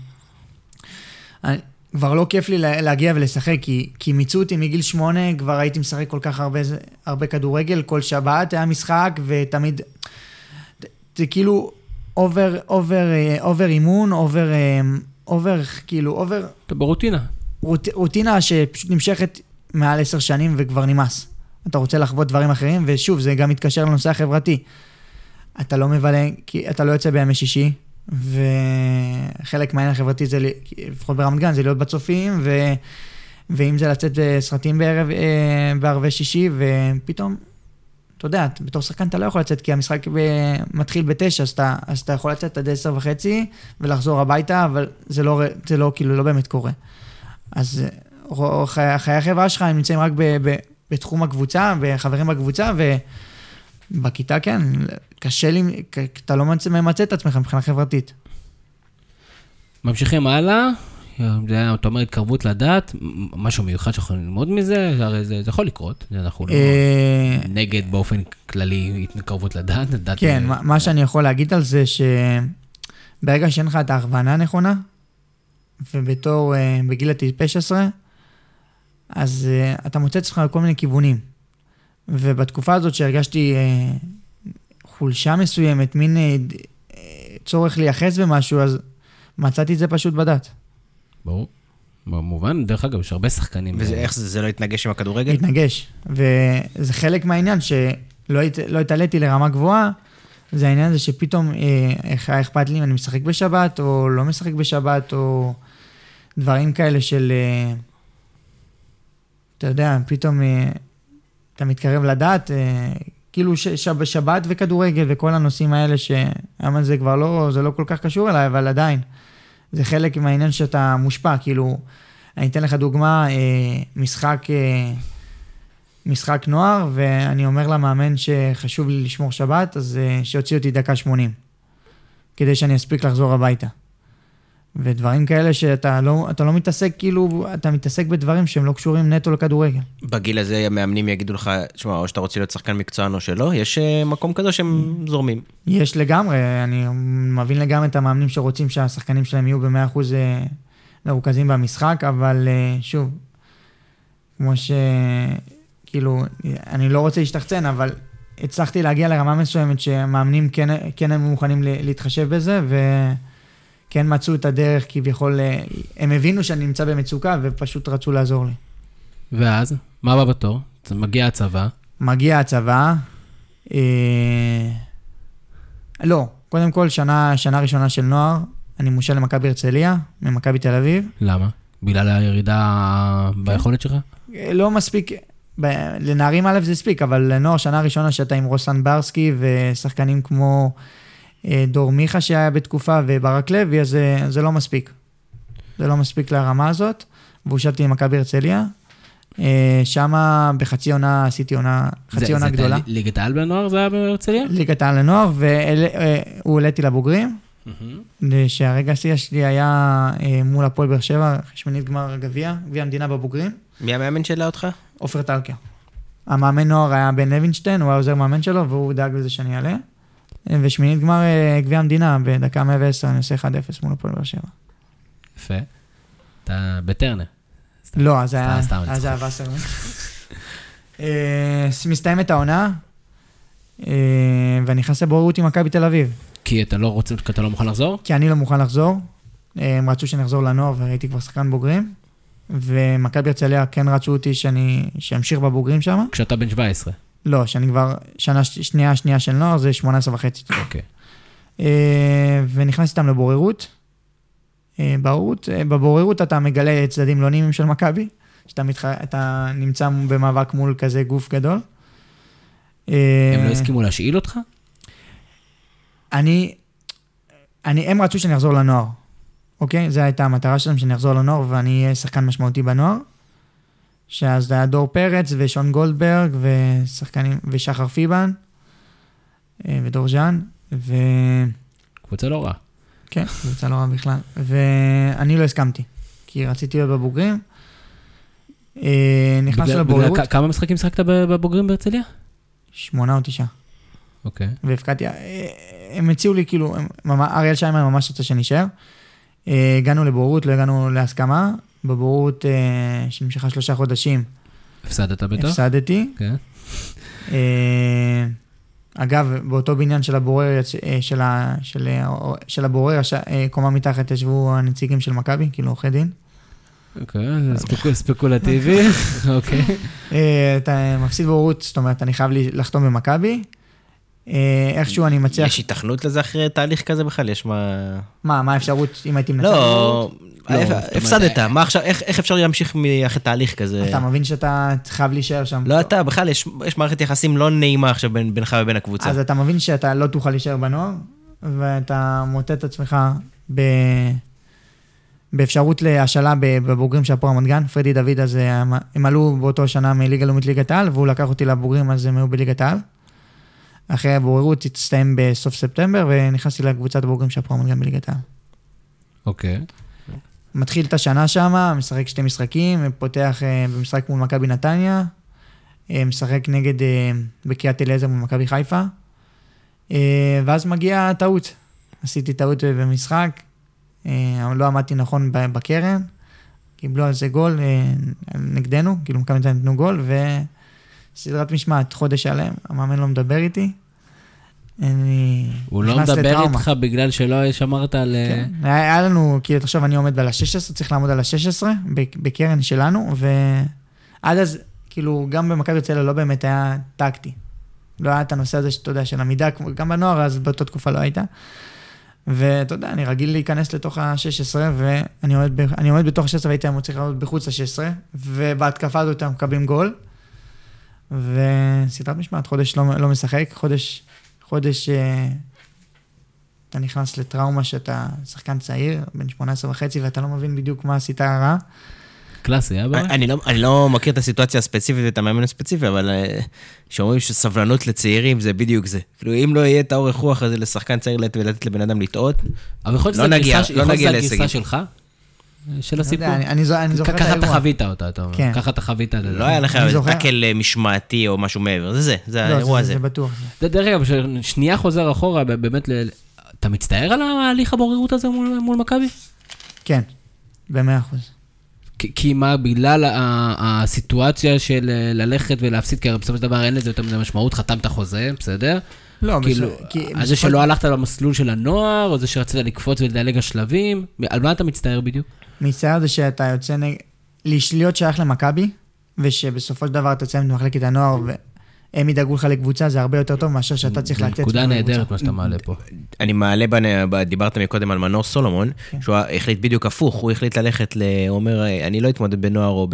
Speaker 3: כבר לא כיף לי להגיע ולשחק, כי מיצו אותי מגיל 8, כבר הייתי משחק כל כך הרבה כדורגל, כל שבת היה משחק, ותמיד, זה כאילו אובר אימון,
Speaker 1: אתה ברוטינה.
Speaker 3: רוטינה שפשוט נמשכת מעל 10 שנים וכבר נמאס. אתה רוצה לחוות דברים אחרים, ושוב, זה גם מתקשר לנושא החברתי. אתה לא מבלה, כי אתה לא יוצא בימי שישי, וחלק מהעניין החברתי זה, לפחות ברמת גן, זה להיות בצופים, ואם זה לצאת סרטים בערבי שישי, ופתאום, אתה יודע, בתור שחקן אתה לא יכול לצאת, כי המשחק מתחיל ב-9, אז אתה יכול לצאת עד 10:30 ולחזור הביתה, אבל זה לא כאילו, לא באמת קורה. אז חיי החברה שלך הם נמצאים רק בתחום הקבוצה, וחברים בקבוצה, ובכיתה כן, קשה לי, אתה לא ממצא את עצמך מבחינה חברתית.
Speaker 1: ממשיכים הלאה, אתה אומר התקרבות לדעת, משהו מיוחד שיכול ללמוד מזה, הרי זה יכול לקרות, אנחנו לא נגד באופן כללי התקרבות לדעת.
Speaker 3: כן, מה שאני יכול להגיד על זה, שברגע שאין לך את ההכוונה הנכונה, ובתור בגיל ה-16, אז אתה מוצא את עצמך בכל מיני כיוונים. ובתקופה הזאת שהרגשתי חולשה מסוימת, מין צורך לייחס במשהו, אז מצאתי את זה פשוט בדעת.
Speaker 1: ברור. במובן, דרך אגב, יש הרבה שחקנים.
Speaker 4: ואיך זה לא התנגש עם הכדורגל?
Speaker 3: התנגש. וזה חלק מהעניין שלא התעליתי לרמה גבוהה, זה העניין הזה שפתאום היה אכפת לי אם אני משחק בשבת, או לא משחק בשבת, או דברים כאלה של, אתה יודע, פתאום אתה מתקרב לדעת, כאילו שבת וכדורגל וכל הנושאים האלה שהיום זה כבר לא, זה לא כל כך קשור אליי, אבל עדיין. זה חלק מהעניין שאתה מושפע, כאילו, אני אתן לך דוגמה, משחק נוער, ואני אומר למאמן שחשוב לי לשמור שבת, אז שיוציא אותי דקה 80, כדי שאני אספיק לחזור הביתה. ודברים כאלה שאתה לא מתעסק, כאילו, אתה מתעסק בדברים שהם לא קשורים נטו לכדורגל.
Speaker 4: בגיל הזה המאמנים יגידו לך, תשמע, או שאתה רוצה להיות שחקן מקצוען או שלא, יש מקום כזה שהם זורמים.
Speaker 3: יש לגמרי, אני מבין לגמרי את המאמנים שרוצים שהשחקנים שלהם יהיו ב100% מרוכזים במשחק, אבל שוב, כמו כאילו, אני לא רוצה להשתחצן, אבל הצלחתי להגיע לרמה מסוימת שהמאמנים כן הם מוכנים להתחשב בזה, כן מצאו את הדרך, כביכול, הם הבינו שאני נמצא במצוקה, ופשוט רצו לעזור לי.
Speaker 1: ואז, מה בא בתור? מגיע הצבא?
Speaker 3: מגיע הצבא, לא, קודם כל, שנה ראשונה של נוער, אני מושל למכבי הרצליה, ממכבי תל אביב.
Speaker 1: למה? בגלל הירידה ביכולת שלך?
Speaker 3: לא מספיק, לנערים א' זה הספיק, אבל לנוער, שנה ראשונה שאתה עם רוסן ברסקי, ושחקנים כמו דור מיכה שהיה בתקופה, וברק לוי, אז זה לא מספיק. זה לא מספיק לרמה הזאת, והושלתי עם מכבי הרצליה. שם בחצי עונה עשיתי חצי עונה גדולה.
Speaker 1: זה ליגת העל בנוער זה היה בהרצליה?
Speaker 3: ליגת העל לנוער, והוא עליתי לבוגרים, שהרגע השיא שלי היה מול הפועל באר שבע, שמינית גמר גביע המדינה בבוגרים.
Speaker 4: מי המאמן שלה אותך?
Speaker 3: עופר טלקר. המאמן נוער היה בן לוינשטיין, הוא היה עוזר מאמן שלו, והוא דאג לזה שאני אעלה. ושמינית גמר גביע המדינה, בדקה 110, אני עושה 1-0 מול הפועל באר שבע. יפה.
Speaker 1: אתה בטרנר.
Speaker 3: לא, אז זה היה וסר. מסתיים את העונה, ואני נכנס לבוררות עם מכבי תל אביב.
Speaker 1: כי אתה לא רוצה, כי אתה לא מוכן לחזור?
Speaker 3: כי אני לא מוכן לחזור. הם רצו שאני אחזור לנוער, והייתי כבר שחקן בוגרים. ומכבי הרצליה כן רצו אותי שאמשיך בבוגרים שם.
Speaker 1: כשאתה בן 17?
Speaker 3: לא, שאני כבר שנייה של נוער, זה 18.5.
Speaker 1: אוקיי.
Speaker 3: ונכנס איתם לבוררות. בבוררות אתה מגלה צדדים לא נעימים של מכבי, שאתה נמצא במאבק מול כזה גוף גדול.
Speaker 1: הם לא הסכימו להשאיל אותך?
Speaker 3: הם רצו שאני אחזור לנוער. אוקיי? זו הייתה המטרה שלהם, שאני אחזור לנוער, ואני אהיה שחקן משמעותי בנוער. שאז היה דור פרץ ושון גולדברג ושחקנים, ושחר פיבן ודור ז'אן
Speaker 1: קבוצה לא רע.
Speaker 3: כן, קבוצה לא רע בכלל. ואני לא הסכמתי, כי רציתי להיות בבוגרים. נכנסנו לבוררות.
Speaker 1: כמה משחקים שחקת בבוגרים בהרצליה?
Speaker 3: 8 או 9.
Speaker 1: אוקיי.
Speaker 3: והפקדתי, הם הציעו לי כאילו, אריאל שיימן ממש רוצה שנשאר. הגענו לבוררות, לא הגענו להסכמה. בבוררות שנמשכה 3 חודשים.
Speaker 1: הפסדת בטח?
Speaker 3: הפסדתי.
Speaker 1: כן.
Speaker 3: אגב, באותו בניין של הבורר, של הבורר, קומה מתחת ישבו הנציגים של מכבי, כאילו עורכי דין.
Speaker 1: אוקיי, זה ספקולטיבי. אוקיי.
Speaker 3: אתה מפסיד בוררות, זאת אומרת, אני חייב לחתום במכבי. איכשהו אני מצליח...
Speaker 4: יש התכנות לזה אחרי תהליך כזה בכלל? יש
Speaker 3: מה האפשרות אם הייתי מנצח?
Speaker 4: לא, הפסדת, מה עכשיו, איך אפשר להמשיך אחרי תהליך כזה?
Speaker 3: אתה מבין שאתה חייב להישאר שם.
Speaker 4: לא אתה, בכלל יש מערכת יחסים לא נעימה עכשיו בינך ובין הקבוצה.
Speaker 3: אז אתה מבין שאתה לא תוכל להישאר בנוער, ואתה מוטה את עצמך באפשרות להשאלה בבוגרים של הפועל רמת גן. פרדי דוד, אז הם עלו באותו שנה מליגה לאומית ליגת העל, והוא לקח אותי לבוגרים, אז הם היו בליגת העל. אחרי הבוררות התסתיים בסוף ספטמבר, ונכנסתי לקבוצת הבוגרים של הפועל רמת גן בליגת העל.
Speaker 1: אוקיי.
Speaker 3: מתחיל את השנה שם, משחק 2 משחקים, פותח במשחק מול מכבי נתניה, משחק נגד בקריית אליעזר מול מכבי חיפה, ואז מגיעה טעות. עשיתי טעות במשחק, לא עמדתי נכון בקרן, קיבלו על זה גול נגדנו, כאילו מכבי נתניה נתנו גול, וסדרת משמעת, חודש עליהם, המאמן לא מדבר איתי.
Speaker 1: הוא לא מדבר איתך בגלל שלא שמרת על...
Speaker 3: כן, היה לנו, כי עכשיו אני עומד על ה-16, צריך לעמוד על ה-16, בקרן שלנו, ועד אז, כאילו, גם במכבי יוצא לא באמת היה טקטי. לא היה את הנושא הזה שאתה יודע, של עמידה, גם בנוער, אז באותה תקופה לא הייתה. ואתה יודע, אני רגיל להיכנס לתוך ה-16, ואני עומד בתוך ה-16, והייתי צריך לעמוד בחוץ ה-16, ובהתקפה הזאת הם מקבלים גול, וסדרת משמעת, חודש לא משחק, חודש אתה נכנס לטראומה שאתה שחקן צעיר, בן 18 וחצי, ואתה לא מבין בדיוק מה עשית הרע.
Speaker 1: קלאסי, היה בעיה?
Speaker 4: אני לא מכיר את הסיטואציה הספציפית ואת המאמן הספציפי, אבל שאומרים שסבלנות לצעירים זה בדיוק זה. כאילו, אם לא יהיה את האורך רוח הזה לשחקן צעיר ולתת לבן אדם לטעות,
Speaker 1: לא נגיע לגרסה שלך? של הסיפור.
Speaker 3: אני זוכר את
Speaker 1: ככה
Speaker 3: האירוע.
Speaker 1: אתה חווית אותה, אתה אומר. ככה אתה חווית.
Speaker 4: לא היה לך תקל משמעתי או משהו מעבר, זה האירוע הזה.
Speaker 3: זה בטוח.
Speaker 1: דרך אגב, שנייה חוזר אחורה, באמת, אתה מצטער על ההליך הבוררות הזה מול מכבי?
Speaker 3: כן, ב100%.
Speaker 1: כי מה, בגלל הסיטואציה של ללכת ולהפסיד, כי בסופו של דבר אין לזה יותר מזה משמעות, חתמת חוזה, בסדר?
Speaker 3: לא,
Speaker 1: אז זה שלא הלכת למסלול של הנוער, או זה שרצית לקפוץ ולדלג השלבים, על מה אתה מצטער בדיוק?
Speaker 3: מצטער זה שאתה יוצא להיות שייך למכבי, ושבסופו של דבר אתה יוצא ממחלקת הנוער, והם ידאגו לך לקבוצה, זה הרבה יותר טוב מאשר שאתה צריך לתת.
Speaker 1: נקודה נהדרת מה שאתה מעלה פה.
Speaker 4: אני מעלה, דיברת מקודם על מנור סולומון, שהוא החליט בדיוק הפוך, הוא החליט ללכת, הוא אומר, אני לא אתמודד בנוער או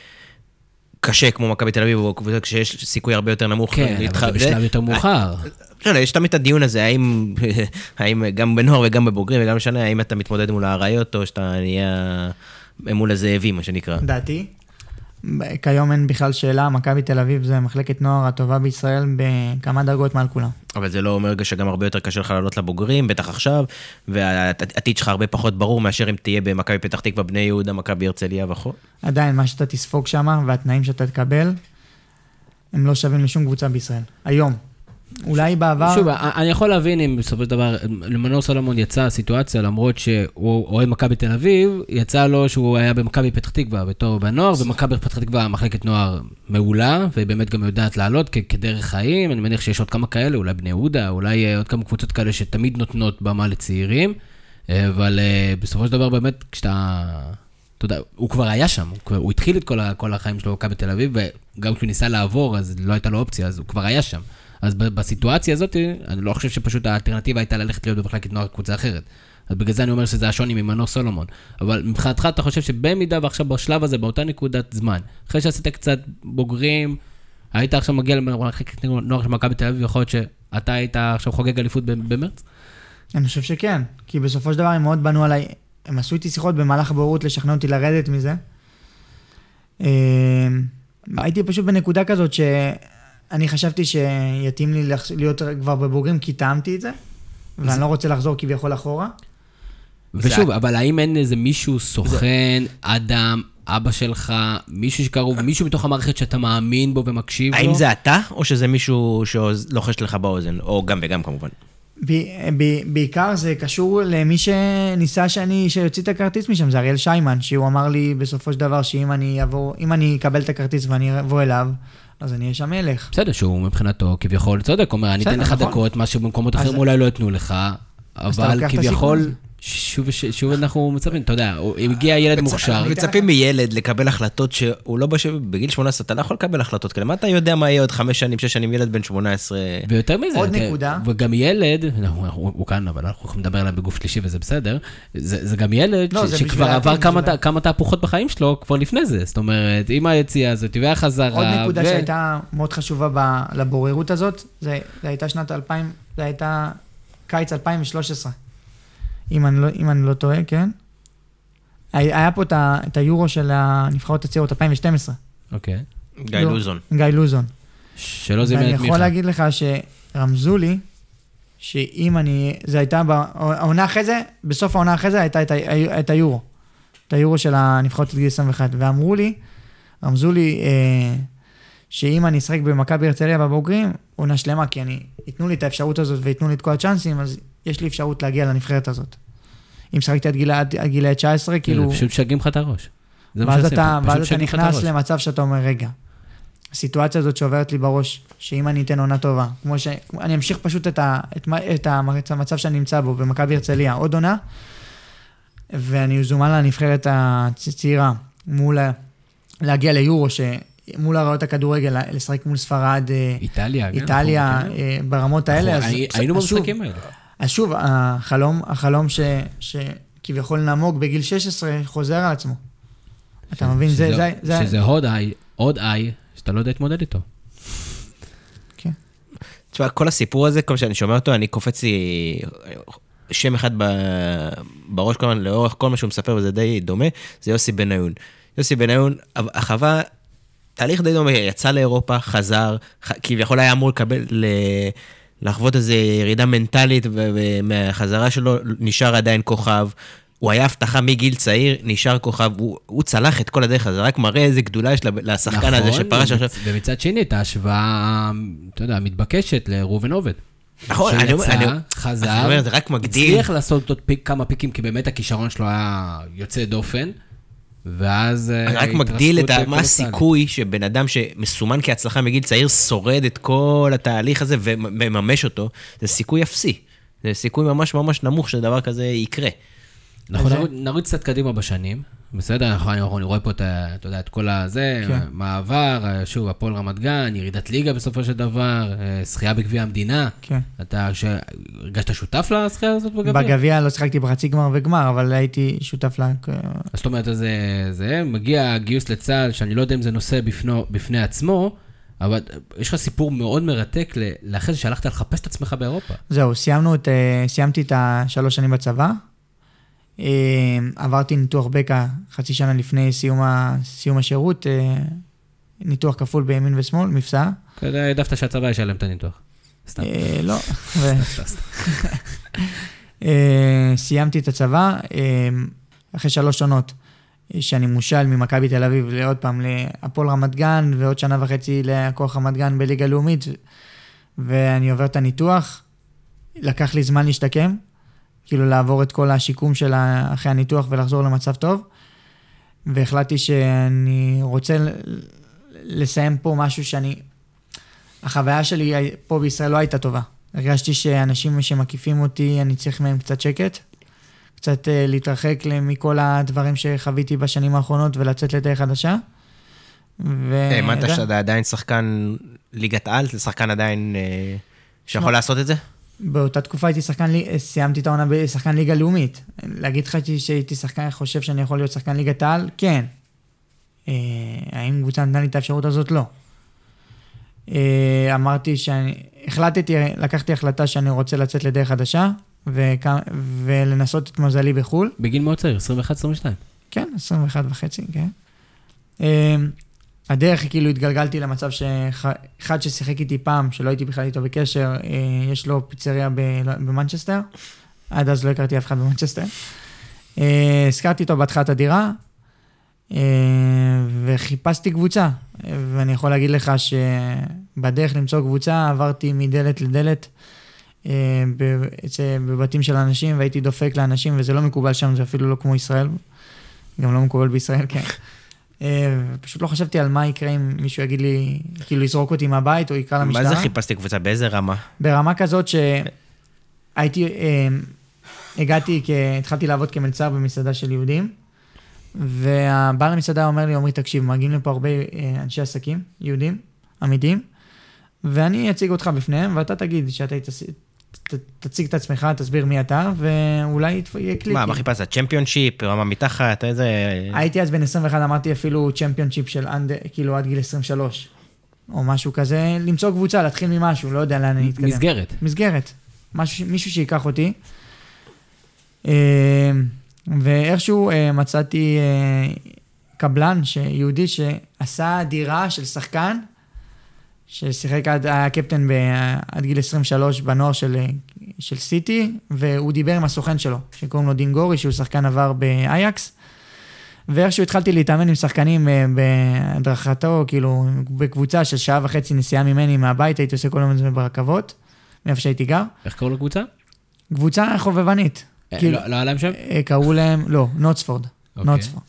Speaker 4: קשה כמו מכבי תל אביב, או קבוצה כשיש סיכוי הרבה יותר נמוך.
Speaker 1: כן, אבל בשלב יותר מאוחר.
Speaker 4: לא, יש תמיד את הדיון הזה, האם גם בנוער וגם בבוגרים וגם בשנה, האם אתה מתמודד מול האריות, או שאתה נהיה מול הזאבים, מה שנקרא.
Speaker 3: דעתי, כיום אין בכלל שאלה, מכבי תל אביב זה מחלקת נוער הטובה בישראל בכמה דרגות מעל כולם.
Speaker 4: אבל זה לא אומר שגם הרבה יותר קשה לך לעלות לבוגרים, בטח עכשיו, והעתיד שלך הרבה פחות ברור מאשר אם תהיה במכבי פתח תקווה, בני יהודה, מכבי הרצליה וכו'.
Speaker 3: עדיין, מה שאתה תספוג שם והתנאים שאתה תקבל, הם לא שווים לשום קבוצה בישראל. היום. אולי בעבר...
Speaker 1: שוב, אני יכול להבין אם בסופו של דבר, למנור סולומון יצא סיטואציה, למרות שהוא אוהד מכבי תל אביב, יצא לו שהוא היה במכבי פתח תקווה בתור בנוער, ומכבי פתח תקווה מחלקת נוער מעולה, ובאמת גם יודעת לעלות כדרך חיים, אני מניח שיש עוד כמה כאלה, אולי בני יהודה, אולי עוד כמה קבוצות כאלה שתמיד נותנות במה לצעירים, אבל בסופו של דבר באמת, כשאתה... אתה יודע, הוא כבר היה שם, הוא התחיל את כל החיים שלו במכבי תל אביב, וגם כשהוא ניסה לעבור, אז לא הייתה לו אופציה, אז הוא כבר היה שם. אז בסיטואציה הזאת, אני לא חושב שפשוט האלטרנטיבה הייתה ללכת להיות במחלקת נוער קבוצה אחרת. אז בגלל זה אני אומר שזה השוני ממנור סולומון. אבל מבחינתך אתה חושב שבמידה ועכשיו בשלב הזה, באותה נקודת זמן, אחרי שעשית קצת בוגרים, היית עכשיו מגיע למחלקת נוער של מכבי תל אביב, יכול להיות שאתה היית עכשיו חוגג אליפות במרץ?
Speaker 3: אני חושב שכן, כי בסופו של דבר הם מאוד בנו עליי, הם עשו איתי שיחות במהלך הבוררות לשכנע אותי לרדת מזה. הייתי פשוט בנקודה כזאת אני חשבתי שיתאים לי להיות כבר בבוגרים, כי טעמתי את זה, ואני לא רוצה לחזור כביכול אחורה.
Speaker 1: ושוב, אבל האם אין איזה מישהו סוכן, אדם, אבא שלך, מישהו שקרוב, מישהו מתוך המערכת שאתה מאמין בו ומקשיב לו?
Speaker 4: האם זה אתה, או שזה מישהו שלוחש לך באוזן, או גם וגם כמובן?
Speaker 3: בעיקר זה קשור למי שניסה שיוציא את הכרטיס משם, זה אריאל שיימן, שהוא אמר לי בסופו של דבר שאם אני אקבל את הכרטיס ואני אבוא אליו, אז אני אהיה שם מלך.
Speaker 1: בסדר, שהוא מבחינתו כביכול צודק, אומר, אני אתן לך דקות, מה שבמקומות אחרים אולי לא יתנו לך, אבל כביכול שוב אנחנו מצפים, אתה יודע, אם הגיע ילד מוכשר.
Speaker 4: מצפים מילד לקבל החלטות שהוא לא בגיל 18, אתה לא יכול לקבל החלטות כאלה. מה אתה יודע מה יהיה עוד 5 שנים, 6 שנים, ילד בן 18?
Speaker 1: ויותר מזה.
Speaker 3: עוד נקודה.
Speaker 1: וגם ילד, הוא כאן, אבל אנחנו יכולים לדבר עליו בגוף שלישי וזה בסדר, זה גם ילד שכבר עבר כמה תהפוכות בחיים שלו כבר לפני זה. זאת אומרת, עם היציאה הזאת, והחזרה.
Speaker 3: עוד נקודה שהייתה מאוד חשובה לבוררות הזאת, זה הייתה שנת 2000, זה הייתה קיץ 2013. אם אני לא טועה, כן? היה פה את היורו של הנבחרות הצעירות 2012.
Speaker 1: אוקיי.
Speaker 4: גיא לוזון.
Speaker 3: גיא לוזון.
Speaker 1: שלא זימן את מיכה.
Speaker 3: ואני יכול להגיד לך שרמזו לי, שאם זה הייתה העונה אחרי זה, בסוף העונה אחרי זה הייתה את היורו. את היורו של הנבחרות גיל 21. רמזו לי שאם אני אשחק במכבי הרצליה בבוגרים, עונה שלמה, כי ייתנו לי את האפשרות הזאת ויתנו לי את כל הצ'אנסים, אז יש לי אפשרות להגיע לנבחרת הזאת. אם שחקתי עד גילי 19, כאילו...
Speaker 1: זה פשוט שגים לך את הראש.
Speaker 3: ואז אתה נכנס למצב שאתה אומר, רגע, הסיטואציה הזאת שעוברת לי בראש, שאם אני אתן עונה טובה, כמו שאני אמשיך פשוט את המצב שאני נמצא בו, במכבי הרצליה, עוד עונה, ואני זומן לנבחרת הצעירה, להגיע ליורו, מול הרעות הכדורגל, לשחק מול ספרד, איטליה, ברמות האלה.
Speaker 1: היינו במשחקים האלה.
Speaker 3: אז שוב, החלום שכביכול נמוג בגיל 16 חוזר על עצמו. אתה מבין?
Speaker 1: שזה עוד איי, שאתה לא יודע להתמודד איתו.
Speaker 3: כן.
Speaker 4: תשמע, כל הסיפור הזה, כמו שאני שומע אותו, אני קופץ לי שם אחד בראש כמובן, לאורך כל מה שהוא מספר, וזה די דומה, זה יוסי בניון. יוסי בניון, החווה, תהליך די דומה, יצא לאירופה, חזר, כביכול היה אמור לחוות איזו ירידה מנטלית, ומהחזרה שלו נשאר עדיין כוכב, הוא היה הבטחה מגיל צעיר, נשאר כוכב, הוא צלח את כל הדרך, זה רק מראה איזה גדולה יש לשחקן הזה שפרש עכשיו.
Speaker 1: ומצד שני, את ההשוואה, אתה יודע, מתבקשת לראובן עובד.
Speaker 4: נכון,
Speaker 1: שיצא, חזר,
Speaker 4: זה רק מגדיל.
Speaker 1: הצליח לעשות עוד כמה פיקים, כי באמת הכישרון שלו היה יוצא דופן, ואז
Speaker 4: רק מגדיל את מה הסיכוי שבן אדם שמסומן כהצלחה מגיל צעיר, שורד את כל התהליך הזה ומממש אותו, זה סיכוי אפסי. זה סיכוי ממש ממש נמוך שדבר כזה יקרה.
Speaker 1: אנחנו נריץ קצת קדימה בשנים, בסדר? אני רואה פה את כל הזה, מעבר, שוב, הפועל רמת גן, ירידת ליגה בסופו של דבר, שחייה בגביע המדינה. אתה הרגשת שותף לשחייה הזאת בגביע?
Speaker 3: בגביע לא שחקתי בחצי גמר וגמר, אבל הייתי שותף לה.
Speaker 1: זאת אומרת, זה מגיע גיוס לצה"ל, שאני לא יודע אם זה נושא בפני עצמו, אבל יש לך סיפור מאוד מרתק לאחרי זה שהלכת לחפש את עצמך באירופה.
Speaker 3: זהו, סיימתי את 3 שנים בצבא, עברתי ניתוח בקע חצי שנה לפני סיום השירות, ניתוח כפול בימין ושמאל, מפסע.
Speaker 1: כדי העדפת שהצבא ישלם את הניתוח. סתם.
Speaker 3: לא. סיימתי את הצבא, אחרי 3 שנות, שאני מושל ממכבי תל אביב לעוד פעם להפועל רמת גן, ועוד 1.5 שנה לכוח רמת גן בליגה לאומית, ואני עובר את הניתוח, לקח לי זמן להשתקם, כאילו לעבור את כל השיקום של אחרי הניתוח ולחזור למצב טוב, והחלטתי שאני רוצה לסיים פה משהו החוויה שלי פה בישראל לא הייתה טובה. הרגשתי שאנשים שמקיפים אותי, אני צריך מהם קצת שקט, קצת להתרחק מכל הדברים שחוויתי בשנים האחרונות ולצאת לדרך חדשה.
Speaker 4: האמנת שאתה עדיין שחקן ליגת על? שחקן עדיין שיכול לעשות את זה?
Speaker 3: באותה תקופה סיימתי את העונה בשחקן ליגה לאומית. להגיד לך שהייתי שחקן, חושב שאני יכול להיות שחקן ליגת העל? כן. האם קבוצה נתנה לי את האפשרות הזאת? לא. אמרתי לקחתי החלטה שאני רוצה לצאת לדרך חדשה, ולנסות את מזלי בחול.
Speaker 1: בגיל מאוד צעיר, 21-22.
Speaker 3: כן, 21.5, כן. הדרך כאילו התגלגלתי למצב שאחד ששיחק איתי פעם, שלא הייתי בכלל איתו בקשר, יש לו פיצריה במנצ'סטר, עד אז לא הכרתי אף אחד במנצ'סטר. הזכרתי איתו בהתחלת הדירה, וחיפשתי קבוצה, ואני יכול להגיד לך שבדרך למצוא קבוצה, עברתי מדלת לדלת, בבתים של אנשים, והייתי דופק לאנשים, וזה לא מקובל שם, זה אפילו לא כמו ישראל, גם לא מקובל בישראל, כן. פשוט לא חשבתי על מה יקרה אם מישהו יגיד לי, כאילו יזרוק אותי מהבית או יקרא למשטרה.
Speaker 4: מה זה חיפשתי קבוצה? באיזה רמה?
Speaker 3: ברמה כזאת שהייתי, התחלתי לעבוד כמלצר במסעדה של יהודים, והבעל המסעדה אומר לי, עומרי, תקשיב, מגיעים לפה הרבה אנשי עסקים, יהודים, עמידים, ואני אציג אותך בפניהם, ואתה תגיד שאתה תציג את עצמך, תסביר מי אתה, ואולי יהיה קליק.
Speaker 4: מה חיפשת? צ'מפיונשיפ, רמה מתחת, איזה...
Speaker 3: הייתי אז בין 21, אמרתי אפילו צ'מפיונשיפ של כאילו עד גיל 23, או משהו כזה, למצוא קבוצה, להתחיל ממשהו, לא יודע לאן אני אתקדם. מסגרת. מישהו שיקח אותי. ואיכשהו מצאתי קבלן יהודי שעשה דירה של שחקן, ששיחק היה קפטן עד גיל 23 בנוער של סיטי, והוא דיבר עם הסוכן שלו, שקוראים לו דין גורי, שהוא שחקן עבר באייקס, ואיכשהו התחלתי להתאמן עם שחקנים בהדרכתו, כאילו בקבוצה של שעה וחצי נסיעה ממני מהבית, הייתי עושה כל יום את זה ברכבות, מאיפה שהייתי גר.
Speaker 1: איך קראו לקבוצה?
Speaker 3: קבוצה חובבנית.
Speaker 1: לא היה להם שם?
Speaker 3: קראו להם, לא, נוטספורד. נוטספורד.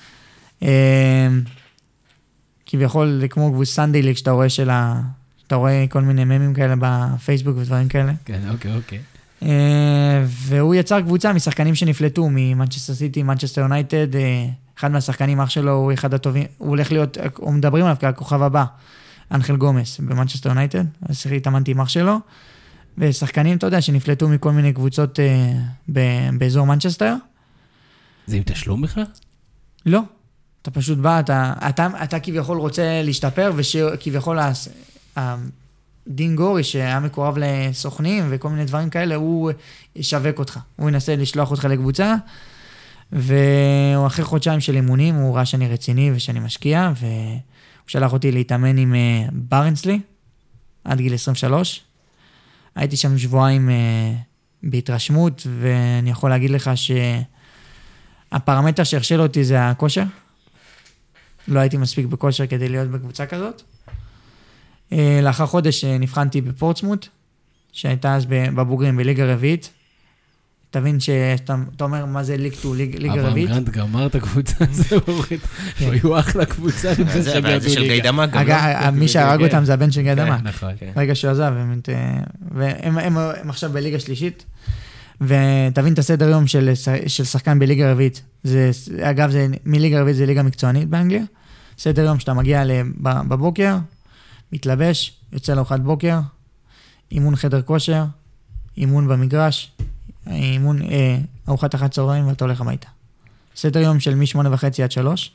Speaker 3: כביכול, זה כמו קבוצה סנדיי ליג, שאתה רואה כל מיני ממים כאלה בפייסבוק ודברים כאלה.
Speaker 1: כן, אוקיי.
Speaker 3: והוא יצר קבוצה משחקנים שנפלטו ממנצ'סטר סיטי, מנצ'סטר יונייטד, אחד מהשחקנים, אח שלו, הוא אחד הטובים, הוא הולך להיות, הוא מדברים עליו ככוכב הבא, אנחל גומס במנצ'סטר יונייטד, אז התאמנתי עם אח שלו, ושחקנים, אתה יודע, שנפלטו מכל מיני קבוצות באזור מנצ'סטר.
Speaker 1: זה עם תשלום בכלל?
Speaker 3: לא. אתה פשוט בא, אתה כביכול רוצה להשתפר, וכביכול דין גורי, שהיה מקורב לסוכנים וכל מיני דברים כאלה, הוא ישווק אותך. הוא ינסה לשלוח אותך לקבוצה, ואחרי חודשיים של אימונים, הוא ראה שאני רציני ושאני משקיע, והוא שלח אותי להתאמן עם ברנסלי, עד גיל 23. הייתי שם שבועיים בהתרשמות, ואני יכול להגיד לך שהפרמטר שהרשל אותי זה הכושר. לא הייתי מספיק בכושר כדי להיות בקבוצה כזאת. לאחר חודש נבחנתי בפורטסמוט, שהייתה אז בבוגרים, בליגה רביעית. תבין שאתה אומר מה זה ליג 2, ליגה רביעית.
Speaker 1: אברהם גרנט גמר את הקבוצה הזאת, היו אחלה קבוצה.
Speaker 4: זה של גיא דמק.
Speaker 3: מי שהרג אותם זה הבן של גיא דמק.
Speaker 1: נכון.
Speaker 3: רגע שהוא עזב, והם עכשיו בליגה שלישית. ותבין את הסדר יום של שחקן בליגה רביעית. אגב, מליגה רביעית זה ליגה מקצוענית באנגליה. סדר יום שאתה מגיע בבוקר, מתלבש, יוצא לארוחת בוקר, אימון חדר כושר, אימון במגרש, אימון, ארוחת אחת צהריים ואתה הולך הביתה. סדר יום של מ-8:30 עד 3.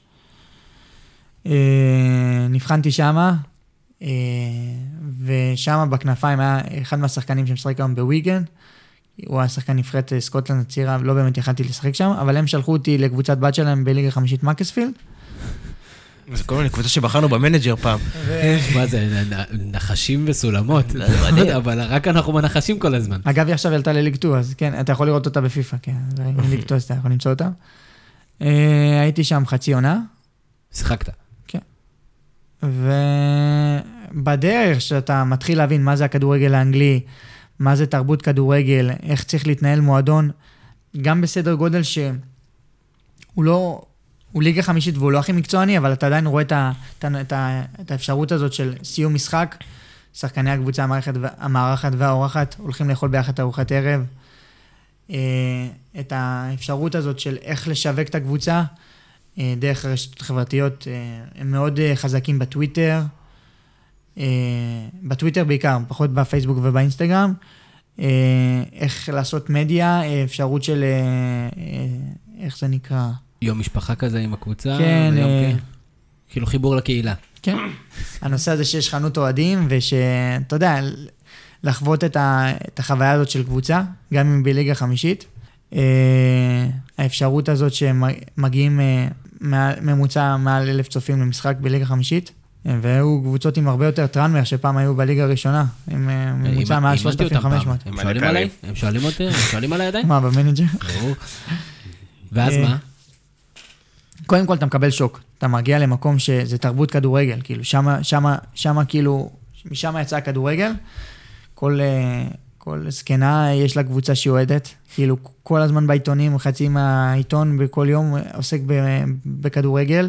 Speaker 3: נבחנתי שמה, ושמה בכנפיים היה אחד מהשחקנים שמשחק היום בוויגן, הוא היה שחקן נבחרת סקוטלנד הצעירה, לא באמת יכלתי לשחק שם, אבל הם שלחו אותי לקבוצת בת שלהם בליגה חמישית מקספילד.
Speaker 4: זה כל מיני קבוצה שבחרנו במנג'ר פעם.
Speaker 1: מה זה, נחשים וסולמות, אבל רק אנחנו מנחשים כל הזמן.
Speaker 3: אגב, היא עכשיו ילתה לליג 2, אז כן, אתה יכול לראות אותה בפיפה, כן, ליג 2, אז אתה יכול למצוא אותה. הייתי שם חצי עונה.
Speaker 1: שיחקת.
Speaker 3: כן. ובדרך שאתה מתחיל להבין מה זה הכדורגל האנגלי, מה זה תרבות כדורגל, איך צריך להתנהל מועדון, גם בסדר גודל שהוא לא, הוא ליגה חמישית והוא לא הכי מקצועני, אבל אתה עדיין רואה את האפשרות הזאת של סיום משחק, שחקני הקבוצה, המערכת והאורחת, הולכים לאכול ביחד ארוחת ערב, את האפשרות הזאת של איך לשווק את הקבוצה, דרך הרשתות החברתיות, הם מאוד חזקים בטוויטר, בטוויטר בעיקר, פחות בפייסבוק ובאינסטגרם, איך לעשות מדיה, אפשרות של, איך זה נקרא?
Speaker 1: יום משפחה כזה עם הקבוצה,
Speaker 3: כן,
Speaker 1: כאילו חיבור לקהילה.
Speaker 3: כן, הנושא הזה שיש חנות אוהדים, ושאתה יודע, לחוות את החוויה הזאת של קבוצה, גם אם בליגה חמישית, האפשרות הזאת שמגיעים ממוצע מעל 1,000 צופים למשחק בליגה חמישית, והיו קבוצות עם הרבה יותר טרנמר, שפעם היו בליגה הראשונה, עם ממוצע מעל 3,500.
Speaker 1: הם שואלים עליי? הם שואלים עליי עדיין?
Speaker 3: מה, במנג'ר?
Speaker 1: ואז מה?
Speaker 3: קודם כל אתה מקבל שוק, אתה מגיע למקום שזה תרבות כדורגל, כאילו שמה כאילו, משם יצא הכדורגל, כל זקנה יש לה קבוצה שיועדת, כאילו כל הזמן בעיתונים, חצי מהעיתון בכל יום עוסק בכדורגל,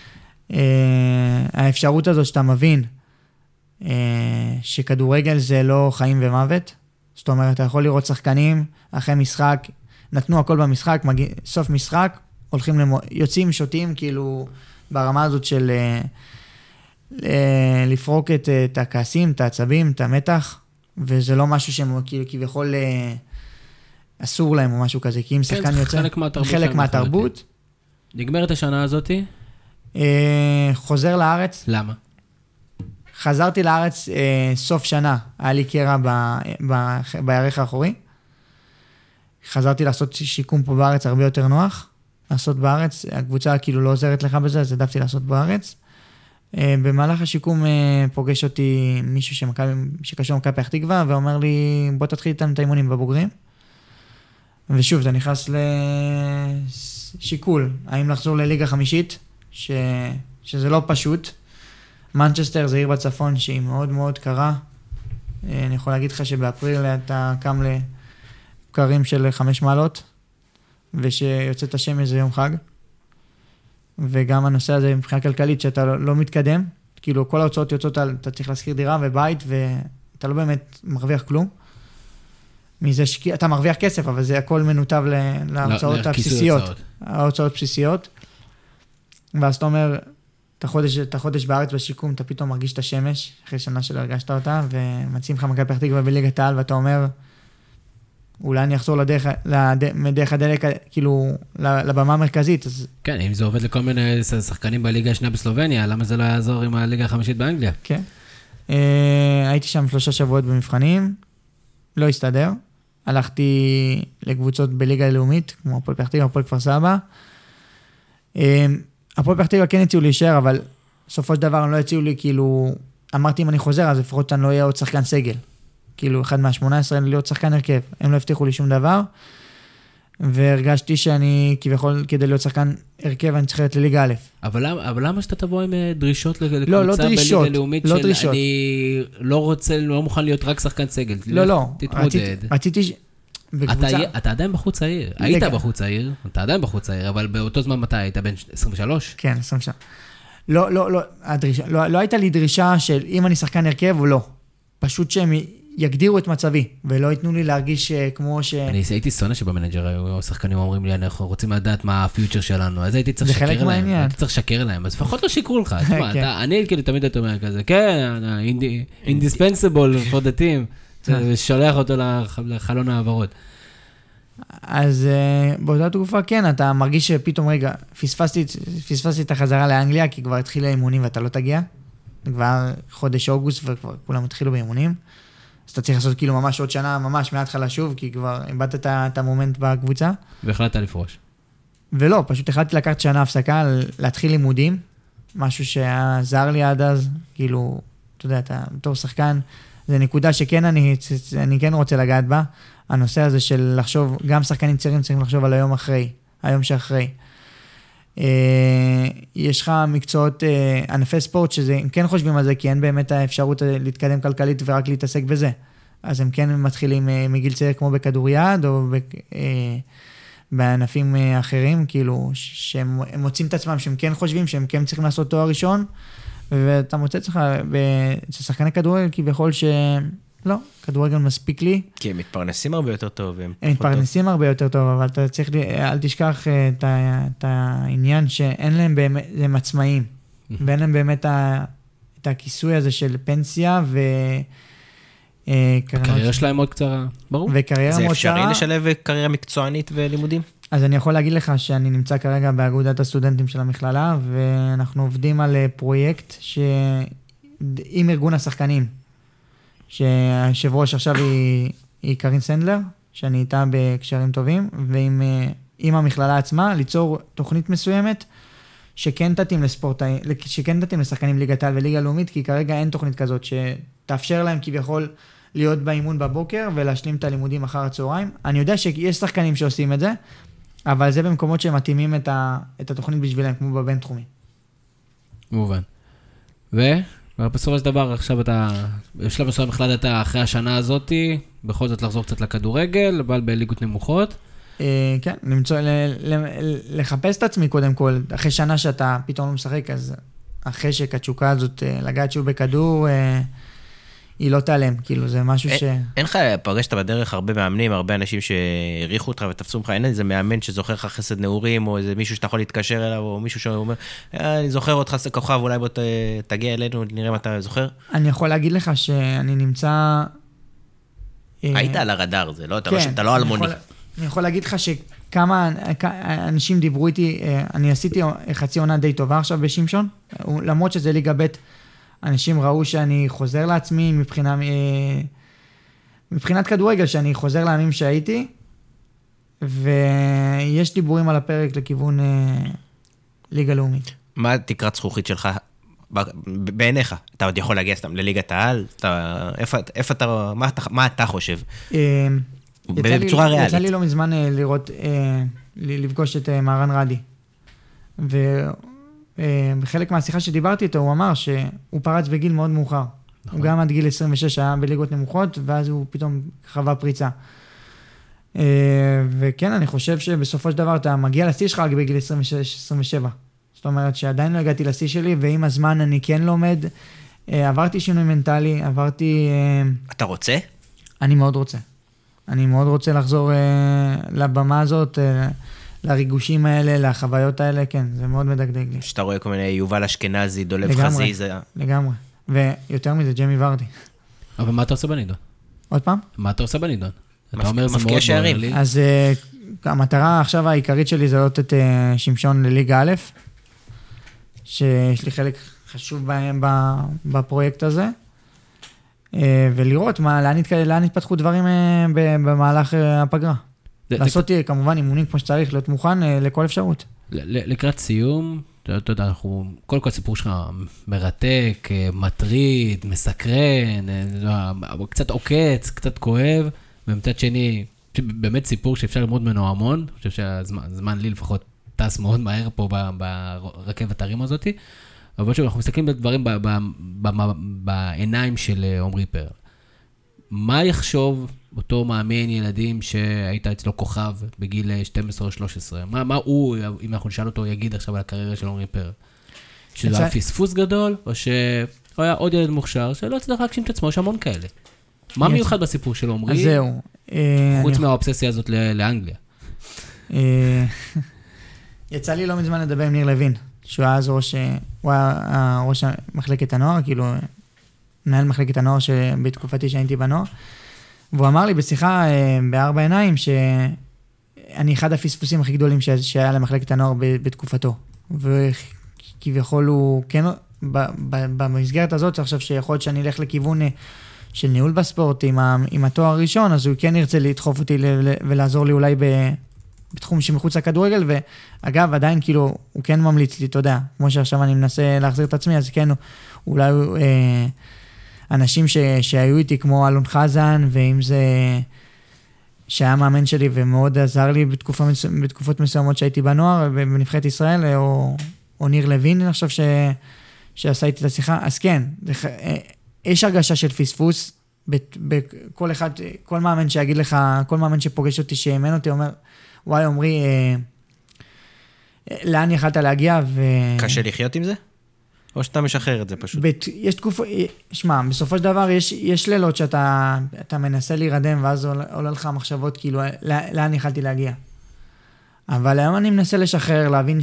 Speaker 3: האפשרות הזאת שאתה מבין, שכדורגל זה לא חיים ומוות, זאת אומרת, אתה יכול לראות שחקנים אחרי משחק, נתנו הכל במשחק, סוף משחק, יוצאים, שותים, כאילו, ברמה הזאת של לפרוק את הכעסים, את העצבים, את המתח, וזה לא משהו שהם כאילו כביכול אסור להם או משהו כזה, כי אם שחקן יוצא, חלק מהתרבות.
Speaker 1: נגמרת השנה הזאת?
Speaker 3: חוזר לארץ.
Speaker 1: למה?
Speaker 3: חזרתי לארץ סוף שנה, היה לי קרע בירך האחורי. חזרתי לעשות שיקום פה בארץ הרבה יותר נוח, לעשות בארץ, הקבוצה כאילו לא עוזרת לך בזה, אז העדפתי לעשות בארץ. במהלך השיקום פוגש אותי מישהו שקשור למכבי פתח תקווה, ואומר לי, בוא תתחיל איתנו את האימונים בבוגרים. ושוב, אתה נכנס לשיקול, האם לחזור לליגה חמישית, שזה לא פשוט. מנצ'סטר זה עיר בצפון שהיא מאוד מאוד קרה. אני יכול להגיד לך שבאפריל אתה קם לבקרים של 5 מעלות, ושיוצאת השמש זה יום חג. וגם הנושא הזה מבחינה כלכלית שאתה לא מתקדם, כאילו כל ההוצאות יוצאות, אתה צריך להשכיר דירה ובית, ואתה לא באמת מרוויח כלום. מזה אתה מרוויח כסף, אבל זה הכל מנותב להוצאות הבסיסיות. ההוצאות בסיסיות. ואז אתה אומר, אתה חודש בארץ בשיקום, אתה פתאום מרגיש את השמש, אחרי שנה שלא הרגשת אותה, ומציעים לך מכבי פתח תקווה בליגת העל, ואתה אומר, אולי אני אחזור מדרך הדלק, כאילו, לבמה המרכזית.
Speaker 1: כן, אם זה עובד לכל מיני שחקנים בליגה השנייה בסלובניה, למה זה לא יעזור עם הליגה החמישית באנגליה?
Speaker 3: כן. הייתי שם 3 שבועות במבחנים, לא הסתדר. הלכתי לקבוצות בליגה הלאומית, כמו הפועל פתח תקווה, הפועל כפר סבא. הפועל פתח תקווה כן הציעו להישאר, אבל בסופו של דבר הם לא הציעו לי, כאילו, אמרתי אם אני חוזר, אז לפחות אני לא אהיה עוד שחקן סגל. כאילו, אחד מה-18 להיות שחקן הרכב. הם לא הבטיחו לי שום דבר, והרגשתי שאני, כביכול, כדי להיות שחקן הרכב, אני צריך להיות לליגה א'.
Speaker 1: אבל למה שאתה תבוא עם דרישות לקבוצה בליגה הלאומית של אני לא רוצה, לא מוכן להיות רק שחקן סגל?
Speaker 3: לא.
Speaker 1: תתמודד.
Speaker 3: רציתי בקבוצה...
Speaker 1: אתה עדיין בחוץ העיר. היית בחוץ העיר, אתה עדיין בחוץ העיר, אבל באותו זמן מתי? היית בן 23?
Speaker 3: כן, 23. לא הייתה לי דרישה של אם אני שחקן הרכב או לא. פשוט שהם יגדירו את מצבי, ולא ייתנו לי להרגיש כמו ש...
Speaker 1: אני הייתי שונא שבמנג'ר היו שחקנים אומרים לי, אנחנו רוצים לדעת מה הפיוטר שלנו, אז הייתי צריך לשקר להם. הייתי צריך לשקר להם, אז לפחות לא שיקרו לך. אני כאילו תמיד הייתי אומר כזה, כן, indispensable for the team, ושולח אותו לחלון העברות.
Speaker 3: אז באותה תקופה כן, אתה מרגיש שפתאום רגע, פספסתי את החזרה לאנגליה, כי כבר התחילה אימונים ואתה לא תגיע. כבר חודש אוגוסט וכבר כולם התחילו באימונים. אז אתה צריך לעשות כאילו ממש עוד שנה, ממש מההתחלה שוב, כי כבר איבדת את המומנט בקבוצה.
Speaker 1: והחלטת לפרוש.
Speaker 3: ולא, פשוט החלטתי לקחת שנה הפסקה, להתחיל לימודים, משהו שהיה זר לי עד אז, כאילו, אתה יודע, אתה בתור שחקן, זה נקודה שכן אני כן רוצה לגעת בה, הנושא הזה של לחשוב, גם שחקנים צעירים צריכים לחשוב על היום אחרי, היום שאחרי. יש לך מקצועות, ענפי ספורט, שהם כן חושבים על זה, כי אין באמת האפשרות להתקדם כלכלית ורק להתעסק בזה. אז הם כן מתחילים מגיל צעיר כמו בכדוריד, או בענפים אחרים, כאילו, שהם מוצאים את עצמם, שהם כן חושבים, שהם כן צריכים לעשות תואר ראשון, ואתה מוצא אצלך בשחקני כדורגל, כביכול לא, כדורגל מספיק לי.
Speaker 4: כי הם מתפרנסים הרבה יותר טוב.
Speaker 3: הם מתפרנסים הרבה יותר טוב, אבל אתה צריך, אל תשכח את העניין שאין להם באמת, הם עצמאים, ואין להם באמת את הכיסוי הזה של פנסיה,
Speaker 1: הקריירה שלהם מאוד קצרה, ברור.
Speaker 4: זה אפשרי לשלב קריירה מקצוענית ולימודים?
Speaker 3: אז אני יכול להגיד לך שאני נמצא כרגע באגודת הסטודנטים של המכללה, ואנחנו עובדים על פרויקט עם ארגון השחקנים, שהיושב ראש עכשיו היא קרין סנדלר, שאני איתה בקשרים טובים, ועם המכללה עצמה, ליצור תוכנית מסוימת, שכן תתאים לספורטאים, שכן תתאים לשחקנים ליגת העל וליגה לאומית, כי כרגע אין תוכנית כזאת, שתאפשר להם כביכול להיות באימון בבוקר, ולהשלים את הלימודים אחר הצהריים. אני יודע שיש שחקנים שעושים את זה, אבל זה במקומות שהם מתאימים את התוכנית בשבילם, כמו בבין תחומי.
Speaker 1: מובן. ובסופו של דבר, עכשיו בשלב מסוים החלטת אחרי השנה הזאת, בכל זאת לחזור קצת לכדורגל, אבל בליגות נמוכות.
Speaker 3: כן, לחפש את עצמי קודם כל, אחרי שנה שאתה פתאום לא משחק, אז החשק, התשוקה הזאת, לגעת שוב בכדור, היא לא תיעלם, כאילו זה משהו
Speaker 4: אין לך, פגשת בדרך הרבה מאמנים, הרבה אנשים שהריחו אותך ותפסו ממך, אין איזה מאמן שזוכר לך חסד נעורים, או איזה מישהו שאתה יכול להתקשר אליו, או מישהו שאומר, אני זוכר אותך כוכב, אולי בוא תגיע אלינו, נראה מה אתה זוכר?
Speaker 3: אני יכול להגיד לך שאני נמצא...
Speaker 4: היית על הרדאר, זה לא, אתה לא אלמוני.
Speaker 3: אני יכול להגיד לך שכמה אנשים דיברו איתי, אני עשיתי חצי עונה די טובה עכשיו בשמשון, למרות שזה ליגה ב' אנשים ראו שאני חוזר לעצמי מבחינת כדורגל, שאני חוזר לימים שהייתי, ויש דיבורים על הפרק לכיוון ליגה לאומית.
Speaker 4: מה תקרת זכוכית שלך בעיניך? אתה עוד יכול להגיע סתם לליגת העל? איפה אתה, מה אתה חושב? בצורה ריאלית.
Speaker 3: יצא לי לא מזמן לראות, לפגוש את מהרן רדי. ובחלק מהשיחה שדיברתי איתו, הוא אמר שהוא פרץ בגיל מאוד מאוחר. הוא גם עד גיל 26 היה בליגות נמוכות, ואז הוא פתאום חווה פריצה. וכן, אני חושב שבסופו של דבר אתה מגיע לשיא שלך רק בגיל 26-27. זאת אומרת שעדיין לא הגעתי לשיא שלי, ועם הזמן אני כן לומד. עברתי שינוי מנטלי, עברתי...
Speaker 4: אתה רוצה?
Speaker 3: אני מאוד רוצה. אני מאוד רוצה לחזור לבמה הזאת, לריגושים האלה, לחוויות האלה, כן, זה מאוד מדגדג לי.
Speaker 4: שאתה רואה כל מיני יובל אשכנזי, דולב חזי, זה...
Speaker 3: לגמרי, ויותר מזה, ג'מי ורדי.
Speaker 1: אבל מה אתה עושה בנידון?
Speaker 3: עוד פעם?
Speaker 1: מה אתה עושה בנידון? אתה אומר, זה מאוד
Speaker 4: שערים.
Speaker 1: לי.
Speaker 3: אז המטרה עכשיו העיקרית שלי זה לעלות את שמשון לליגה א', שיש לי חלק חשוב בהם בפרויקט הזה, ולראות לאן התפתחו דברים במהלך הפגרה. לעשות כמובן אימונים כמו שצריך, להיות מוכן לכל אפשרות.
Speaker 1: לקראת סיום, אתה יודע, קודם כל הסיפור שלך מרתק, מטריד, מסקרן, קצת עוקץ, קצת כואב, ומצד שני, באמת סיפור שאפשר ללמוד ממנו המון, אני חושב שהזמן לי לפחות טס מאוד מהר פה ברכבת הרים הזאת, אבל שוב, אנחנו מסתכלים בדברים בעיניים של עומרי פרל. מה יחשוב אותו מאמן ילדים שהיית אצלו כוכב בגיל 12 או 13? מה הוא, אם אנחנו נשאל אותו, יגיד עכשיו על הקריירה של עומרי פרל? שזה היה פספוס גדול, או שהוא היה עוד ילד מוכשר, שלא הצליח להגשים את עצמו, יש המון כאלה. מה מיוחד בסיפור של עומרי?
Speaker 3: אז זהו.
Speaker 1: חוץ מהאובססיה הזאת לאנגליה.
Speaker 3: יצא לי לא מזמן לדבר עם ניר לוין, שהוא היה אז ראש מחלקת הנוער, כאילו מנהל מחלקת הנוער בתקופתי שהייתי בנוער, והוא אמר לי בשיחה בארבע עיניים שאני אחד הפספוסים הכי גדולים שהיה למחלקת הנוער בתקופתו, וכביכול הוא כן, במסגרת הזאת, עכשיו שיכול להיות שאני אלך לכיוון של ניהול בספורט עם התואר הראשון, אז הוא כן ירצה לדחוף אותי ולעזור לי אולי בתחום שמחוץ לכדורגל, ואגב, עדיין כאילו, הוא כן ממליץ לי, אתה יודע, כמו שעכשיו אני מנסה להחזיר את עצמי, אז כן, אולי אנשים שהיו איתי, כמו אלון חזן, ואם זה שהיה מאמן שלי, ומאוד עזר לי בתקופות מסוימות שהייתי בנוער, בנבחרת ישראל, או ניר לוין, אני חושב שעשה איתי את השיחה, אז כן, יש הרגשה של פספוס, בכל אחד, כל מאמן שיגיד לך, כל מאמן שפוגש אותי, שיאמן אותי, אומר, וואי, עומרי, לאן יכלת להגיע?
Speaker 4: קשה לחיות עם זה? או שאתה משחרר את זה פשוט?
Speaker 3: יש תקופה, שמע, בסופו של דבר יש לילות שאתה מנסה להירדם, ואז עולה לך מחשבות, כאילו, לאן יכלתי להגיע. אבל היום אני מנסה לשחרר, להבין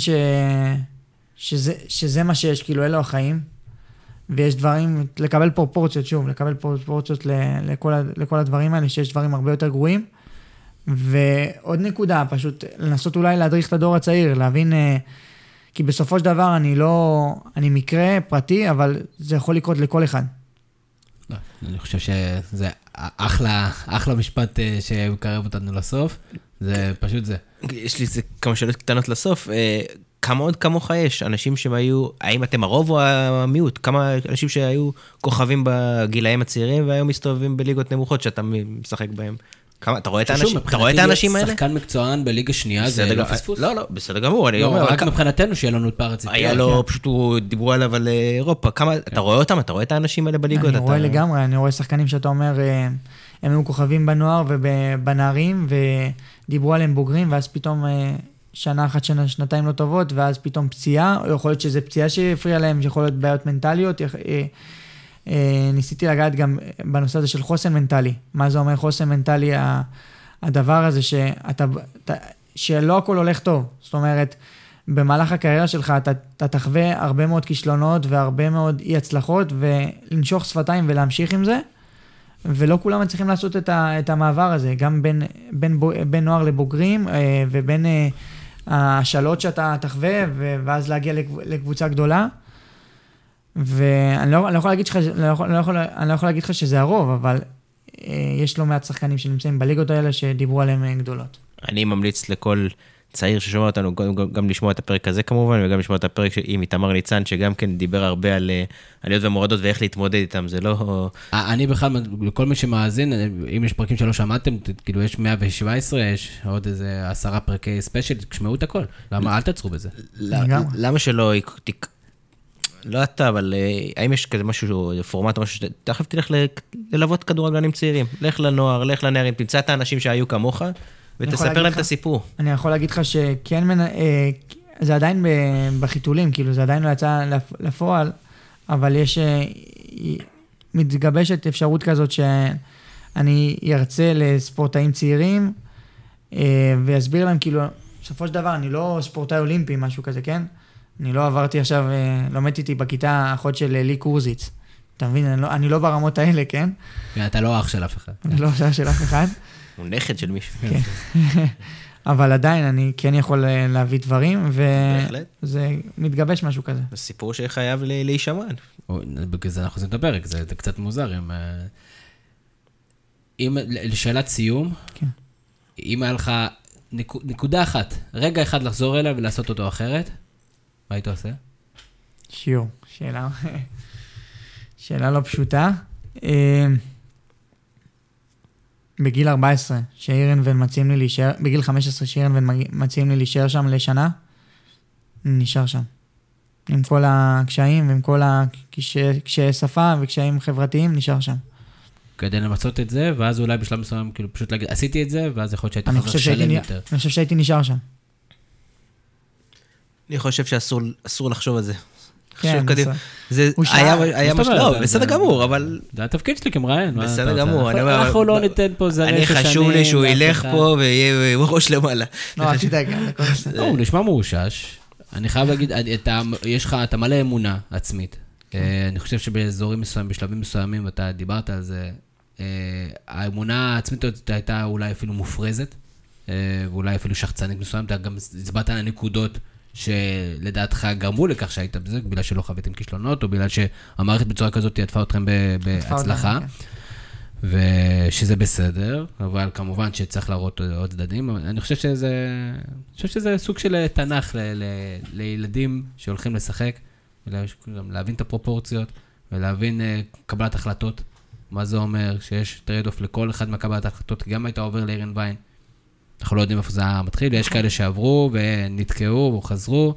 Speaker 3: שזה מה שיש, כאילו, אלו החיים, ויש דברים, לקבל פרופורציות, שוב, לקבל פרופורציות לכל הדברים האלה, שיש דברים הרבה יותר גרועים, ועוד נקודה, פשוט לנסות אולי להדריך את הדור הצעיר, להבין, כי בסופו של דבר אני מקרה פרטי, אבל זה יכול לקרות לכל אחד.
Speaker 1: אני חושב שזה אחלה משפט שקרב אותנו לסוף, זה פשוט זה.
Speaker 4: יש לי כמה שאלות קטנות לסוף, כמה עוד כמוך יש? אנשים שהיו, האם אתם הרוב או המיעוט? כמה אנשים שהיו כוכבים בגילאים הצעירים, והיום מסתובבים בליגות נמוכות שאתה משחק בהם? אתה רואה את האנשים האלה?
Speaker 1: שחקן מקצוען בליגה שנייה זה לא פספוס?
Speaker 4: לא, בסדר גמור.
Speaker 1: רק מבחינתנו שיהיה לנו את פער הציפיות.
Speaker 4: היה לו, פשוט דיברו עליו על אירופה. אתה רואה אותם? אתה רואה את האנשים האלה בליגות?
Speaker 3: אני רואה לגמרי, אני רואה שחקנים שאתה אומר, הם היו כוכבים בנוער ובנערים, ודיברו עליהם בוגרים, ואז פתאום שנה אחת, שנתיים לא טובות, ואז פתאום פציעה, או יכול להיות שזה פציעה שהפריעה להם, שיכול להיות בעיות מנטליות, ניסיתי לגעת גם בנושא הזה של חוסן מנטלי. מה זה אומר חוסן מנטלי? הדבר הזה שלא הכל הולך טוב. זאת אומרת, במהלך הקריירה שלך אתה תחווה הרבה מאוד כישלונות והרבה מאוד אי הצלחות, ולנשוך שפתיים ולהמשיך עם זה, ולא כולם צריכים לעשות את המעבר הזה, גם בין נוער לבוגרים, ובין השאלות שאתה תחווה, ואז להגיע לקבוצה גדולה. ואני לא יכול להגיד לך שזה הרוב, אבל יש לא מעט שחקנים שנמצאים בליגות האלה שדיברו עליהם גדולות.
Speaker 4: אני ממליץ לכל צעיר ששומע אותנו גם לשמוע את הפרק הזה כמובן, וגם לשמוע את הפרק עם איתמר ניצן, שגם כן דיבר הרבה על עליות ומורדות ואיך להתמודד איתם, זה לא...
Speaker 1: אני בכלל, לכל מי שמאזין, אם יש פרקים שלא שמעתם, כאילו יש 117, יש עוד איזה 10 פרקי ספיישל, תשמעו את הכל. למה? אל תעצרו בזה.
Speaker 4: למה שלא... לא אתה, אבל האם יש כזה משהו, פורמט, משהו, תכף תלך ללוות כדורגלנים צעירים, לך לנוער, לך לנערים, תמצא את האנשים שהיו כמוך, ותספר להם את הסיפור.
Speaker 3: אני יכול להגיד לך שכן, זה עדיין בחיתולים, כאילו זה עדיין לא יצא לפועל, אבל יש, מתגבשת אפשרות כזאת שאני ארצה לספורטאים צעירים, ויסביר להם, כאילו, בסופו של דבר, אני לא ספורטאי אולימפי, משהו כזה, כן? אני לא עברתי עכשיו, לומדתי איתי בכיתה אחות של לי קורזיץ. אתה מבין? אני לא ברמות האלה, כן?
Speaker 1: אתה לא אח של אף אחד.
Speaker 3: אני לא אח של אף אחד.
Speaker 4: הוא נכד של מישהו.
Speaker 3: כן. אבל עדיין אני כן יכול להביא דברים, וזה מתגבש משהו כזה.
Speaker 4: זה סיפור שחייב להישמע.
Speaker 1: בגלל זה אנחנו עושים את הפרק, זה קצת מוזר. לשאלת סיום, אם היה לך נקודה אחת, רגע אחד לחזור אליה ולעשות אותו אחרת, מה היית עושה?
Speaker 3: שיעור, שאלה לא פשוטה. בגיל 14, שאירנבן מציעים לי להישאר, בגיל 15 שאירנבן מציעים לי להישאר שם לשנה, נשאר שם. עם כל הקשיים ועם כל הקשיי שפה וקשיים חברתיים, נשאר שם.
Speaker 1: כדי למצות את זה, ואז אולי בשלב מסוים, כאילו פשוט להגיד, עשיתי את זה, ואז יכול להיות שהייתי חוזר שלם יותר.
Speaker 3: אני חושב שהייתי נשאר שם.
Speaker 4: אני חושב שאסור לחשוב על זה.
Speaker 3: כן,
Speaker 4: זה היה משהו, לא, בסדר גמור, אבל...
Speaker 1: זה התפקיד שלי כמראיין.
Speaker 4: בסדר גמור.
Speaker 1: אנחנו לא ניתן פה זרי ששנים.
Speaker 4: אני חשוב לי שהוא ילך פה ויהיה ראש למעלה.
Speaker 3: לא, אל תדאג.
Speaker 1: הוא נשמע מרושש. אני חייב להגיד, אתה מלא אמונה עצמית. אני חושב שבאזורים מסוימים, בשלבים מסוימים, ואתה דיברת על זה, האמונה העצמית הייתה אולי אפילו מופרזת, ואולי אפילו שחצנית מסוים, אתה גם הצבעת על הנקודות שלדעתך גרמו לכך שהיית בזה, בגלל שלא חוויתם כישלונות, או בגלל שהמערכת בצורה כזאת עדפה אתכם בהצלחה, ושזה בסדר, אבל כמובן שצריך להראות עוד צדדים. אני חושב שזה סוג של תנ"ך לילדים שהולכים לשחק, גם להבין את הפרופורציות, ולהבין קבלת החלטות, מה זה אומר, שיש טרייד-אוף לכל אחד מהקבלת החלטות, כי גם היית עובר לאירן ויין, אנחנו לא יודעים איפה זה מתחיל, ויש כאלה שעברו ונתקעו וחזרו,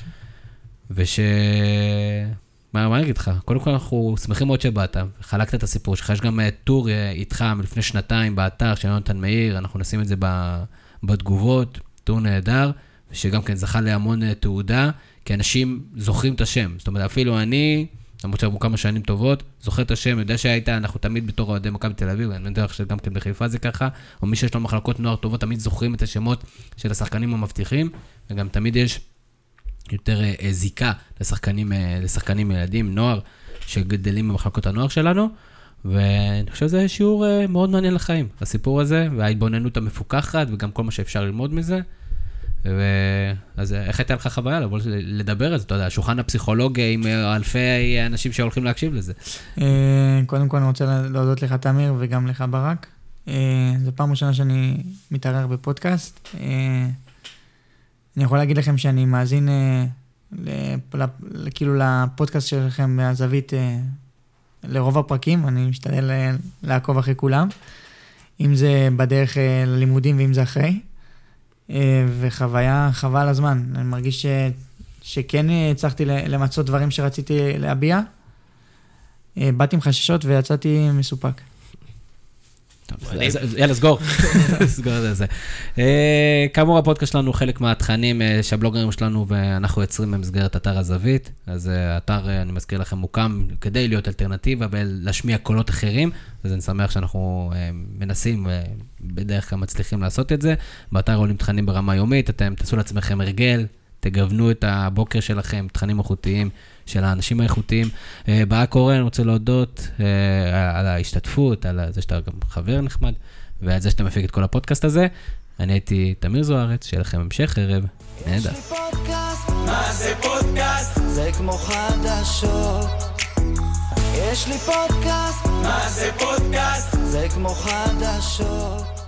Speaker 1: מה אני אגיד לך? קודם כל אנחנו שמחים מאוד שבאת, חלקת את הסיפור שלך, יש גם טור איתך מלפני שנתיים באתר של יונתן מאיר, אנחנו נשים את זה בתגובות, טור נהדר, ושגם כן זכה להמון תעודה, כי אנשים זוכרים את השם, זאת אומרת אפילו אני, למרות שעברו כמה שנים טובות, זוכר את השם, יודע שהיית, אנחנו תמיד בתור אוהדי מכבי תל אביב, אני יודע שגם כן בחיפה זה ככה, או מי שיש לו מחלקות נוער טובות, תמיד זוכרים את השמות של השחקנים המבטיחים, וגם תמיד יש יותר זיקה לשחקנים ילדים, נוער, שגדלים במחלקות הנוער שלנו, ואני חושב שזה שיעור מאוד מעניין לחיים, הסיפור הזה, וההתבוננות המפוקחת, וגם כל מה שאפשר ללמוד מזה, אז איך הייתה לך חוויה לבוא לדבר על זה? אתה יודע, שולחן הפסיכולוגיה עם אלפי אנשים שהולכים להקשיב לזה.
Speaker 3: קודם כל אני רוצה להודות לך תמיר וגם לך ברק. זו פעם ראשונה שאני מתארח בפודקאסט. אני יכול להגיד לכם שאני מאזין כאילו לפודקאסט שלכם מהזווית לרוב הפרקים, אני משתדל לעקוב אחרי כולם, אם זה בדרך ללימודים ואם זה אחרי. וחוויה חבל הזמן. אני מרגיש שכן הצלחתי למצות דברים שרציתי להביע. באתי עם חששות ויצאתי מסופק.
Speaker 1: יאללה, סגור. סגור את זה. כאמור, הפודקאסט שלנו חלק מהתכנים שהבלוגרים שלנו ואנחנו יוצרים במסגרת אתר הזווית. אז האתר, אני מזכיר לכם, מוקם כדי להיות אלטרנטיבה ולהשמיע קולות אחרים. אז אני שמח שאנחנו מנסים, בדרך כלל מצליחים לעשות את זה. באתר עולים תכנים ברמה יומית, אתם תעשו לעצמכם הרגל, תגוונו את הבוקר שלכם, תכנים איכותיים של האנשים האיכותיים. באה קורא, אני רוצה להודות על ההשתתפות, על זה שאתה גם חבר נחמד, ועל זה שאתה מפיק את כל הפודקאסט הזה. אני הייתי תמיר זוארץ, שיהיה לכם המשך ערב. נהדר.
Speaker 2: יש לי פודקאסט, מה זה פודקאסט? זה כמו חדשות. יש לי פודקאסט, מה זה פודקאסט? זה כמו חדשות.